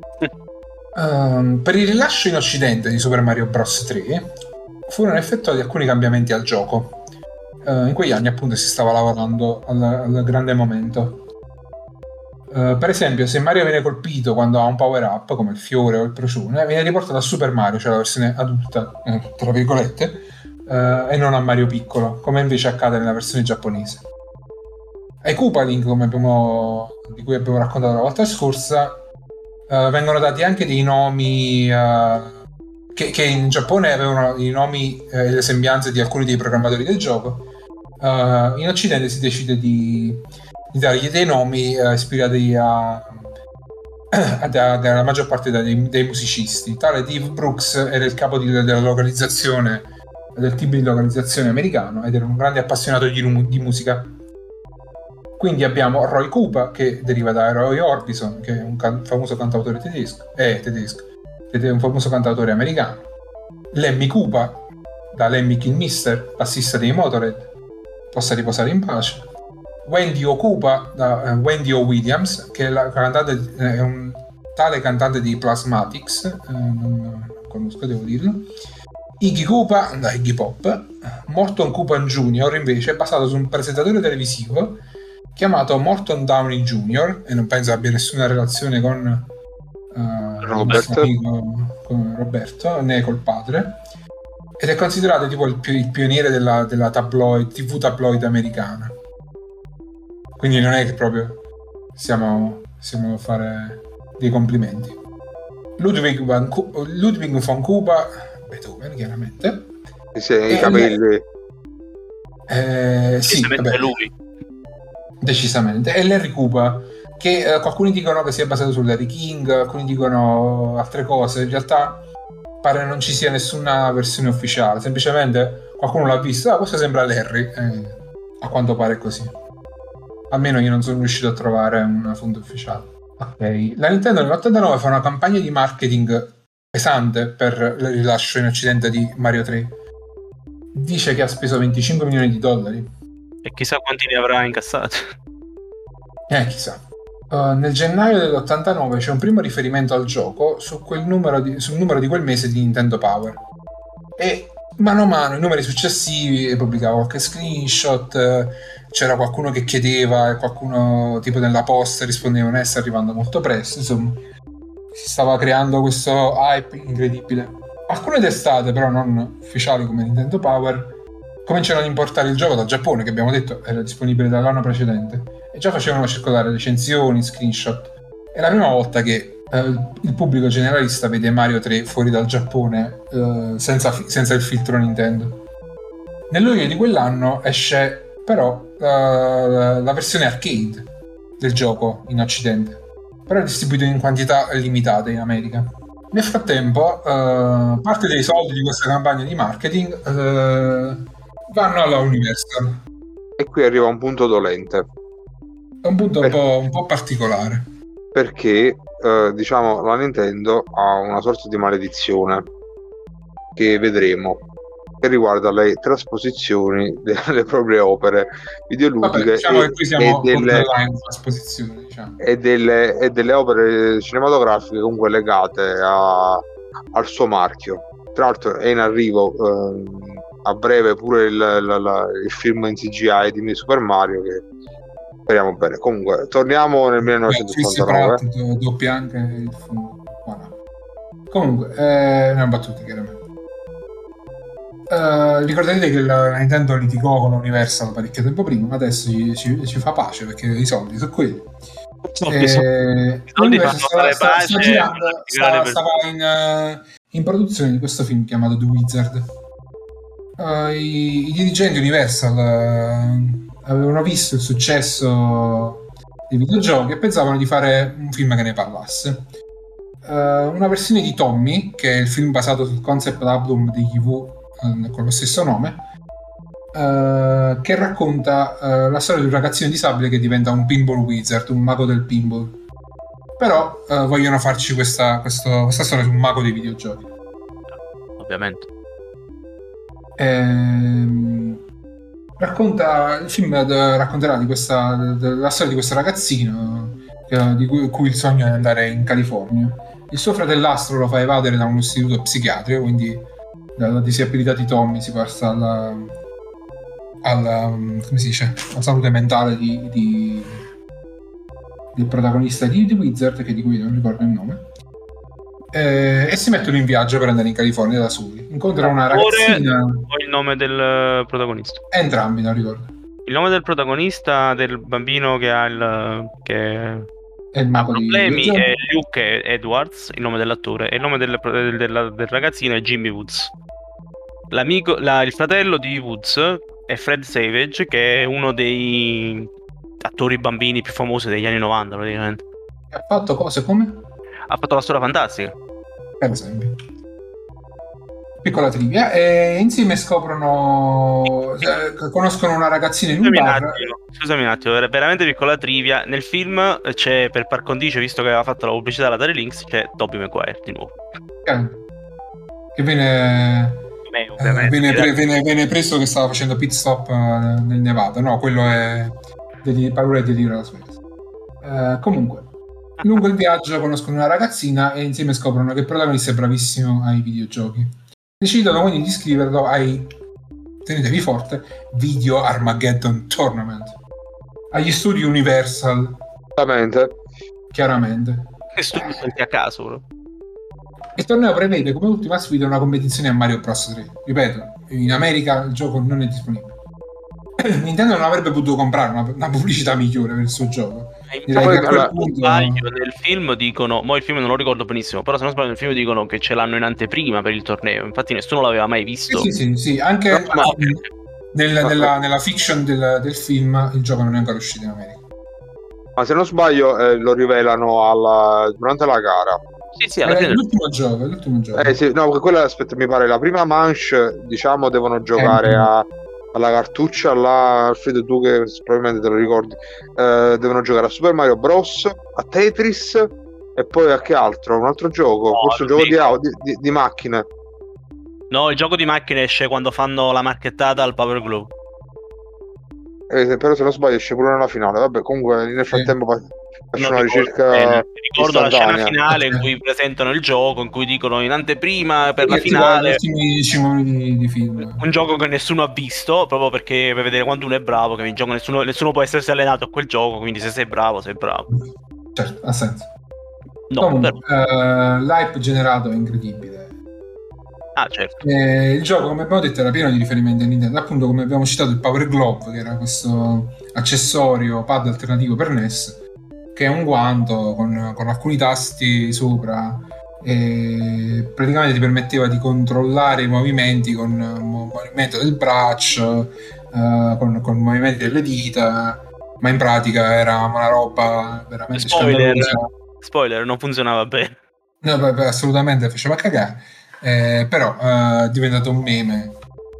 Per il rilascio in occidente di Super Mario Bros. 3 furono effettuati alcuni cambiamenti al gioco. In quegli anni appunto si stava lavorando al grande momento. Per esempio, se Mario viene colpito quando ha un power up come il fiore o il procione, viene riportato a Super Mario, cioè la versione adulta tra virgolette, e non a Mario piccolo, come invece accade nella versione giapponese. Ai Koopaling, di cui abbiamo raccontato la volta scorsa, vengono dati anche dei nomi che in Giappone avevano i nomi e le sembianze di alcuni dei programmatori del gioco. In occidente si decide di dargli dei nomi ispirati alla maggior parte dei musicisti. Tale Dave Brooks era il capo della localizzazione, del team di localizzazione americano, ed era un grande appassionato di musica. Quindi abbiamo Roy Koopa, che deriva da Roy Orbison, che è un famoso cantautore tedesco, un famoso cantautore americano. Lemmy Koopa, da Lemmy Kilmister, bassista dei Motorhead, possa riposare in pace. Wendy O. Koopa, da Wendy O. Williams, che è un tale cantante di Plasmatics, non conosco, devo dirlo. Iggy Koopa, da Iggy Pop. Morton Koopa Jr. invece è basato su un presentatore televisivo chiamato Morton Downey Jr. e non penso abbia nessuna relazione con Roberto, né col padre, ed è considerato tipo il pioniere della TV tabloid americana. Quindi non è che proprio stiamo a fare dei complimenti. Ludwig von Koopa, Beethoven chiaramente. I capelli. Sì, vabbè, lui. Decisamente. E Larry Koopa, che alcuni dicono che sia basato su Larry King, alcuni dicono altre cose. In realtà pare non ci sia nessuna versione ufficiale, semplicemente qualcuno l'ha visto, questo sembra Larry, a quanto pare è così. Almeno io non sono riuscito a trovare una fonte ufficiale. Ok, la Nintendo nell'89 fa una campagna di marketing pesante per il rilascio in occidente di Mario 3. Dice che ha speso $25 milioni. E chissà quanti ne avrà incassati. Chissà. Nel gennaio dell'89 c'è un primo riferimento al gioco sul numero di quel mese di Nintendo Power, e mano a mano i numeri successivi pubblicava qualche screenshot, c'era qualcuno che chiedeva e qualcuno tipo nella posta rispondeva sta arrivando molto presto, insomma si stava creando questo hype incredibile. Alcune testate però non ufficiali come Nintendo Power cominciano ad importare il gioco dal Giappone, che abbiamo detto era disponibile dall'anno precedente, e già facevano circolare recensioni, screenshot. È la prima volta che il pubblico generalista vede Mario 3 fuori dal Giappone senza il filtro Nintendo. Nel luglio di quell'anno esce però la versione arcade del gioco in Occidente, però è distribuito in quantità limitate in America. Nel frattempo parte dei soldi di questa campagna di marketing vanno alla Universal. E qui arriva un punto dolente. È un punto un po' particolare. Perché diciamo la Nintendo ha una sorta di maledizione che vedremo, che riguarda le trasposizioni delle proprie opere videoludiche. Vabbè, diciamo che qui siamo trasposizioni, diciamo. e delle opere cinematografiche comunque legate al suo marchio. Tra l'altro è in arrivo a breve pure il film in CGI di Super Mario, che speriamo bene. Comunque torniamo nel 1989. Doppia anche il film. Voilà. Comunque una battuta chiaramente. Ricordate che la Nintendo litigò con Universal parecchio tempo prima, ma adesso ci fa pace perché i soldi sono quelli. Universal stava in produzione di questo film chiamato The Wizard. I dirigenti Universal avevano visto il successo dei videogiochi e pensavano di fare un film che ne parlasse. Una versione di Tommy, che è il film basato sul concept album degli Who con lo stesso nome, che racconta la storia di un ragazzino disabile che diventa un pinball wizard, un mago del pinball. Però vogliono farci questa storia su un mago dei videogiochi. Ovviamente. Il film racconterà della storia di questo ragazzino di cui il sogno è andare in California. Il suo fratellastro lo fa evadere da un istituto psichiatrico, quindi dalla disabilità di Tommy si passa alla come si dice, la salute mentale del protagonista di The Wizard, che di cui non ricordo il nome, e si mettono in viaggio per andare in California da soli. Incontrano una ragazzina. O il nome del protagonista? Entrambi, non ricordo. Il nome del protagonista, del bambino che ha il mago problemi, è Luke Edwards, il nome dell'attore, e il nome del ragazzino è Jimmy Woods. Il fratello di Woods è Fred Savage, che è uno dei attori bambini più famosi degli anni 90 praticamente. Ha fatto cose come? Ha fatto La Storia Fantastica, per esempio. Piccola trivia. E insieme conoscono una ragazzina in un bar. Scusami un attimo, veramente piccola trivia. Nel film c'è, per par condicio, visto che aveva fatto la pubblicità alla Atari Lynx, c'è Tobey Maguire di nuovo, che viene preso che stava facendo pit stop nel Nevada. No, quello è Paura e Delirio Las Vegas. Comunque, lungo il viaggio conoscono una ragazzina e insieme scoprono che il protagonista è bravissimo ai videogiochi. Decidono quindi di iscriverlo ai, tenetevi forte, Video Armageddon Tournament, agli studi Universal. Chiaramente. Che studi a caso, bro. Il torneo prevede come ultima sfida una competizione a Mario Bros 3. Ripeto, in America il gioco non è disponibile. Nintendo non avrebbe potuto comprare una pubblicità migliore per il suo gioco. Nel film dicono, il film non lo ricordo benissimo, però se non sbaglio nel film dicono che ce l'hanno in anteprima per il torneo, infatti nessuno l'aveva mai visto. Sì, anche nella fiction del film il gioco non è ancora uscito in America. Ma se non sbaglio lo rivelano durante la gara. Sì, alla fine l'ultimo gioco. Sì, no, quella, aspetta, mi pare la prima manche, diciamo, devono giocare alla cartuccia, Alfredo, tu che probabilmente te lo ricordi, devono giocare a Super Mario Bros, a Tetris e poi a che altro? Un altro gioco? Forse un gioco di macchine. No, il gioco di macchine esce quando fanno la marchettata al Power Glove. Però se non sbaglio esce pure nella finale. Vabbè, comunque nel frattempo faccio una ricerca ricordo la scena istantanea. finale in cui presentano il gioco, in cui dicono in anteprima per la Tipo finale gli ultimi 10 minuti di film. un gioco che nessuno ha visto, proprio perché per vedere quanto uno è bravo, che in gioco nessuno può essersi allenato a quel gioco, quindi se sei bravo, sei bravo. Certo, ha senso. No, Comunque, l'hype generato è incredibile. Certo. Il gioco, come abbiamo detto, era pieno di riferimenti a Nintendo. Appunto, come abbiamo citato, il Power Glove, che era questo accessorio pad alternativo per NES, che è un guanto con alcuni tasti sopra, e praticamente ti permetteva di controllare i movimenti con il movimento del braccio, con i movimenti delle dita, ma in pratica era una roba veramente scandalosa. Spoiler, non funzionava bene. No, assolutamente faceva cagare. Però è diventato un meme,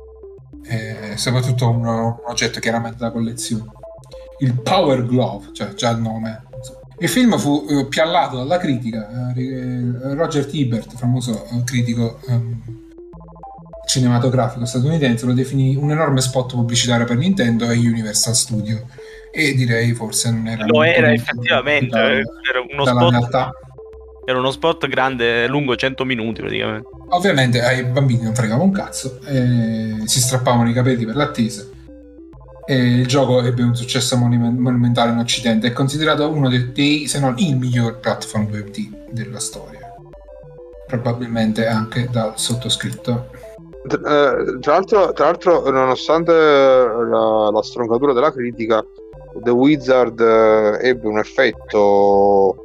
soprattutto un oggetto chiaramente da collezione. Il Power Glove, cioè già il nome. Il film fu piallato dalla critica. Roger Ebert, famoso critico cinematografico statunitense, lo definì un enorme spot pubblicitario per Nintendo e Universal Studio, e direi forse non era lo era effettivamente, era uno spot realtà. Era uno spot grande, lungo 100 minuti praticamente. Ovviamente ai bambini non fregava un cazzo, si strappavano i capelli per l'attesa, e il gioco ebbe un successo monumentale in Occidente. È considerato uno dei, se non il miglior platform 2D della storia, probabilmente anche dal sottoscritto. Tra l'altro, nonostante la stroncatura della critica, The Wizard ebbe un effetto,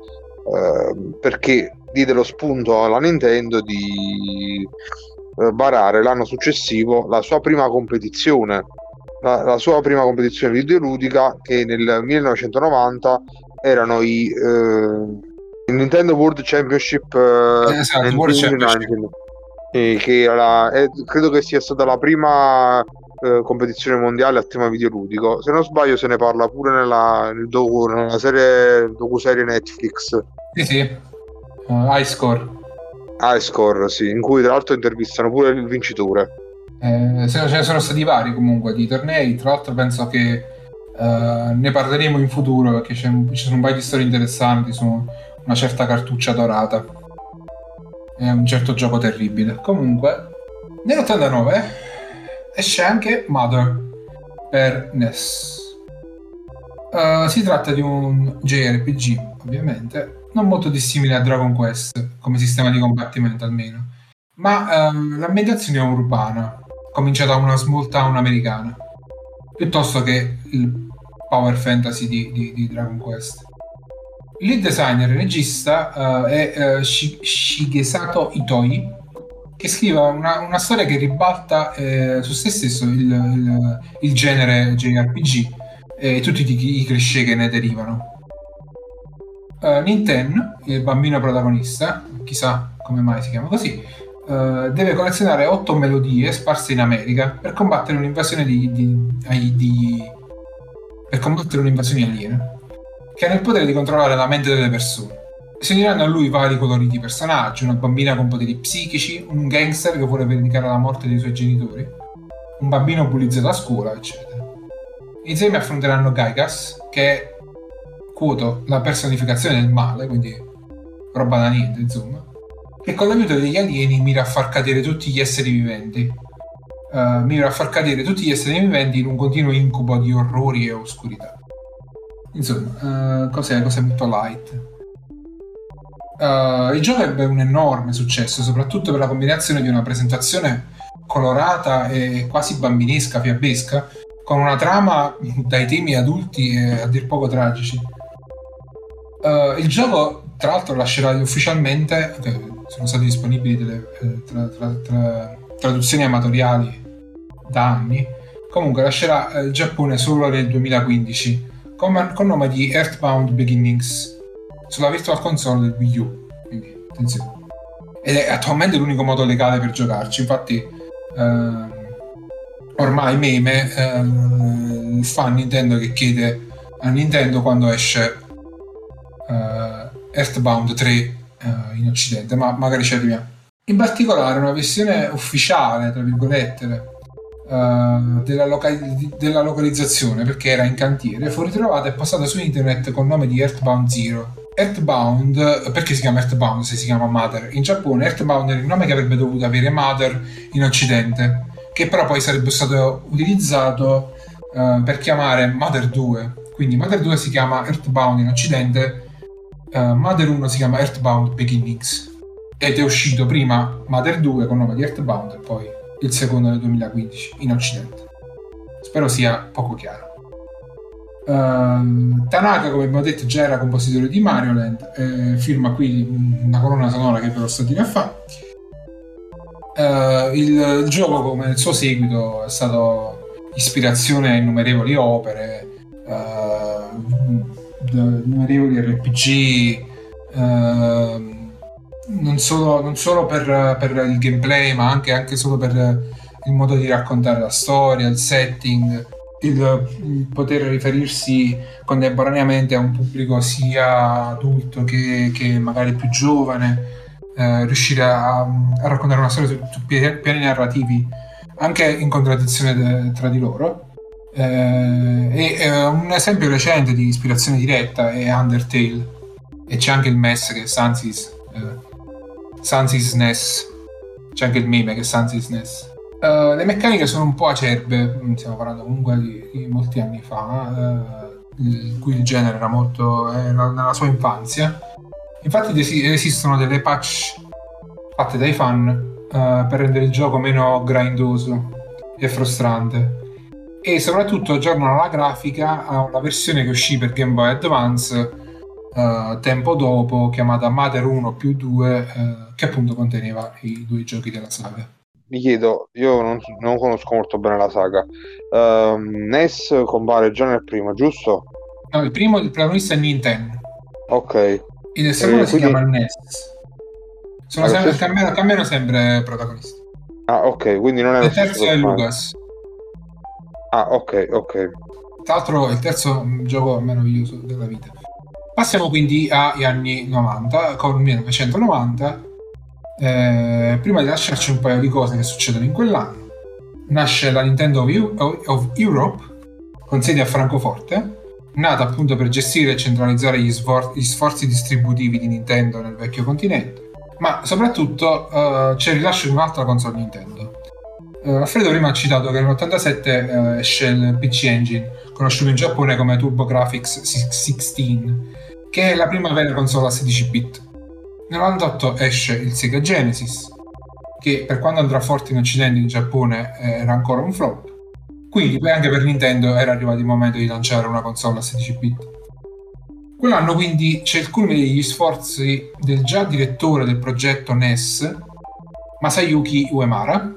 perché diede lo spunto alla Nintendo di varare l'anno successivo la sua prima competizione, la sua prima competizione videoludica, che nel 1990 erano i Nintendo World Championship, Esatto, nel World 2019, che credo che sia stata la prima competizione mondiale a tema videoludico. Se non sbaglio se ne parla pure nella docuserie Netflix. Sì. High Score, sì, in cui tra l'altro intervistano pure il vincitore. Ce ne sono stati vari comunque di tornei. Tra l'altro penso che ne parleremo in futuro, perché ci sono un paio di storie interessanti su una certa cartuccia dorata e un certo gioco terribile. Comunque nell'89 esce anche Mother per NES. Si tratta di un JRPG, ovviamente, non molto dissimile a Dragon Quest come sistema di combattimento almeno, ma l'ambientazione è urbana, cominciata da una small town americana, piuttosto che il power fantasy di Dragon Quest. Il lead designer e regista è Shigesato Itoi, che scrive una storia che ribalta su se stesso il genere JRPG e tutti i cliché che ne derivano. Ninten, il bambino protagonista, chissà come mai si chiama così, deve collezionare 8 melodie sparse in America per combattere un'invasione per combattere un'invasione aliena che ha il potere di controllare la mente delle persone. Si uniranno a lui vari coloriti personaggi: una bambina con poteri psichici, un gangster che vuole vendicare la morte dei suoi genitori, un bambino bullizzato a scuola, eccetera. Insieme affronteranno Gaigas, che è, quoto, la personificazione del male, quindi roba da niente, insomma, che con l'aiuto degli alieni mira a far cadere tutti gli esseri viventi. In un continuo incubo di orrori e oscurità. Insomma, cos'è molto light. Il gioco ebbe un enorme successo, soprattutto per la combinazione di una presentazione colorata e quasi bambinesca, fiabesca, con una trama dai temi adulti e a dir poco tragici. Il gioco, tra l'altro, lascerà ufficialmente, sono stati disponibili delle traduzioni amatoriali da anni, comunque lascerà il Giappone solo nel 2015 con nome di Earthbound Beginnings sulla Virtual Console del Wii U, quindi attenzione. Ed è attualmente l'unico modo legale per giocarci. Infatti ormai meme il fan Nintendo che chiede a Nintendo quando esce Earthbound 3 in Occidente, ma magari ci arriviamo. In particolare una versione ufficiale, tra virgolette, della localizzazione, perché era in cantiere, fu ritrovata e postata su internet col nome di Earthbound Zero. Earthbound, perché si chiama Earthbound se si chiama Mother? In Giappone Earthbound era il nome che avrebbe dovuto avere Mother in Occidente, che però poi sarebbe stato utilizzato per chiamare Mother 2. Quindi Mother 2 si chiama Earthbound in Occidente, Mother 1 si chiama Earthbound Beginnings, ed è uscito prima Mother 2 con nome di Earthbound e poi il secondo nel 2015 in Occidente. Spero sia poco chiaro. Tanaka, come abbiamo detto, già era compositore di Mario Land, firma qui una colonna sonora che ve lo sto a dire a fa. Il gioco, come il suo seguito, è stato ispirazione a innumerevoli opere, innumerevoli RPG, non solo per il gameplay, ma anche solo per il modo di raccontare la storia, il setting, il poter riferirsi contemporaneamente a un pubblico sia adulto che magari più giovane, riuscire a raccontare una storia su piani narrativi anche in contraddizione tra di loro. Un esempio recente di ispirazione diretta è Undertale, e c'è anche il MES che è Sunsy's NES, c'è anche il meme che è Sunsy's NES. Le meccaniche sono un po' acerbe, stiamo parlando comunque di molti anni fa, in cui il genere era molto nella sua infanzia. Infatti esistono delle patch fatte dai fan per rendere il gioco meno grindoso e frustrante, e soprattutto aggiornano la grafica a una versione che uscì per Game Boy Advance tempo dopo, chiamata Mother 1 più 2, che appunto conteneva i due giochi della saga. Vi chiedo, io non conosco molto bene la saga. NES compare già nel primo, giusto? No, il protagonista è Nintendo. Ok. Il secondo si chiama NES. Cambiano sempre protagonisti. Ah, ok, quindi non è lo il stesso terzo è Lucas. Ah, ok. Tra l'altro è il terzo gioco meraviglioso della vita. Passiamo quindi agli anni 90, con il 1990. Prima di lasciarci un paio di cose che succedono in quell'anno, nasce la Nintendo of Europe, con sede a Francoforte, nata appunto per gestire e centralizzare gli sforzi distributivi di Nintendo nel vecchio continente, ma soprattutto c'è il rilascio di un'altra console Nintendo. Alfredo prima ha citato che nell'87 esce il PC Engine, conosciuto in Giappone come TurboGrafx 16, che è la prima vera console a 16 bit. Nel 98 esce il Sega Genesis, che per quando andrà forte in Occidente, in Giappone era ancora un flop. Quindi anche per Nintendo era arrivato il momento di lanciare una console a 16 bit. Quell'anno quindi c'è il culmine degli sforzi del già direttore del progetto NES, Masayuki Uemura,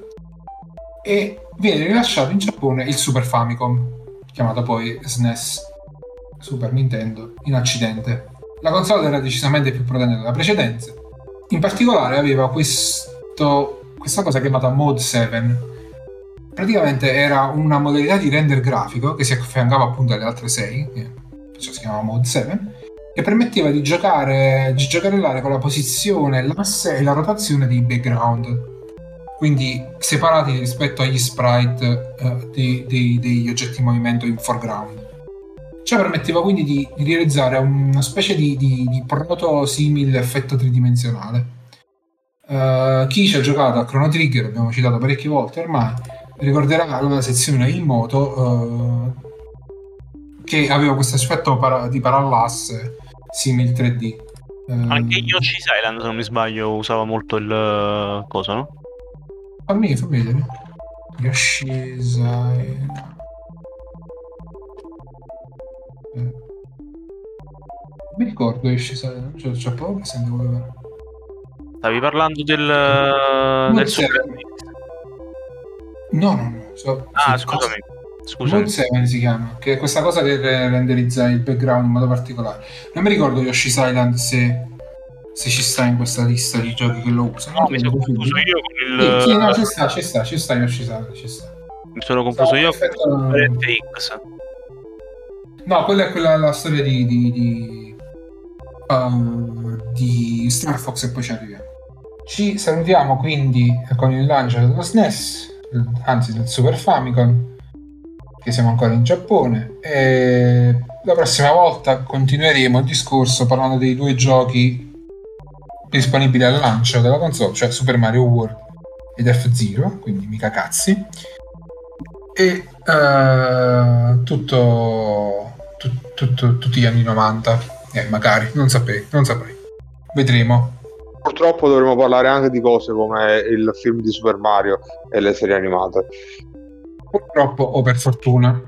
e viene rilasciato in Giappone il Super Famicom, chiamato poi SNES, Super Nintendo, in Occidente. La console era decisamente più potente della precedente. In particolare aveva questa cosa chiamata Mode 7. Praticamente era una modalità di render grafico che si affiancava appunto alle altre 6, perciò si chiamava Mode 7, che permetteva di giocarellare con la posizione, l'asse e la rotazione dei background, quindi separati rispetto agli sprite degli oggetti in movimento in foreground. Ciò permetteva quindi di realizzare una specie di proto-simile effetto tridimensionale. Chi ci ha giocato a Chrono Trigger, abbiamo citato parecchie volte ormai, ricorderà la sezione in moto che aveva questo aspetto di parallasse simile 3D. Anche Yoshi's Island, se non mi sbaglio, usava molto il coso, no? Fammi vedere. Yoshi's Island. Mi ricordo Yoshi's Island, c'ho proprio presente quello. Stavi parlando del Super No. Scusami. Mode 7 si chiama, che è questa cosa che renderizza il background in modo particolare. Non mi ricordo Yoshi's Island se ci sta in questa lista di giochi che lo usano. No, mi sono confuso io con il... Sì, no, ci sta Yoshi's Island, ci sta. Mi sono confuso io con FX. No, quella è la storia di Star Fox, e poi ci arriviamo. Ci salutiamo quindi con il lancio dello SNES, anzi del Super Famicom, che siamo ancora in Giappone, e la prossima volta continueremo il discorso parlando dei 2 giochi disponibili al lancio della console, cioè Super Mario World ed F-Zero, quindi mica cazzi, e tutti gli anni 90, magari, non saprei, vedremo. Purtroppo dovremo parlare anche di cose come il film di Super Mario e le serie animate. Purtroppo o per fortuna.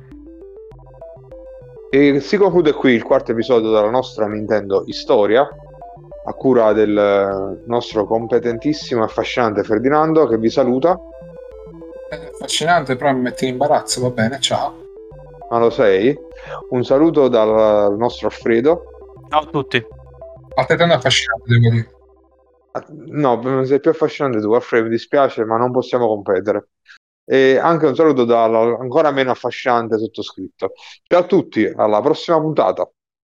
E si conclude qui il 4º episodio della nostra Nintendo Storia, a cura del nostro competentissimo e affascinante Ferdinando, che vi saluta. È affascinante, però mi mette in imbarazzo, va bene, ciao. Ma lo sei? Un saluto dal nostro Alfredo. Ciao a tutti. Altrettanto affascinante, devo dire. No, sei più affascinante tu, Alfredo, mi dispiace, ma non possiamo competere. E anche un saluto dal ancora meno affascinante sottoscritto. Ciao a tutti, alla prossima puntata.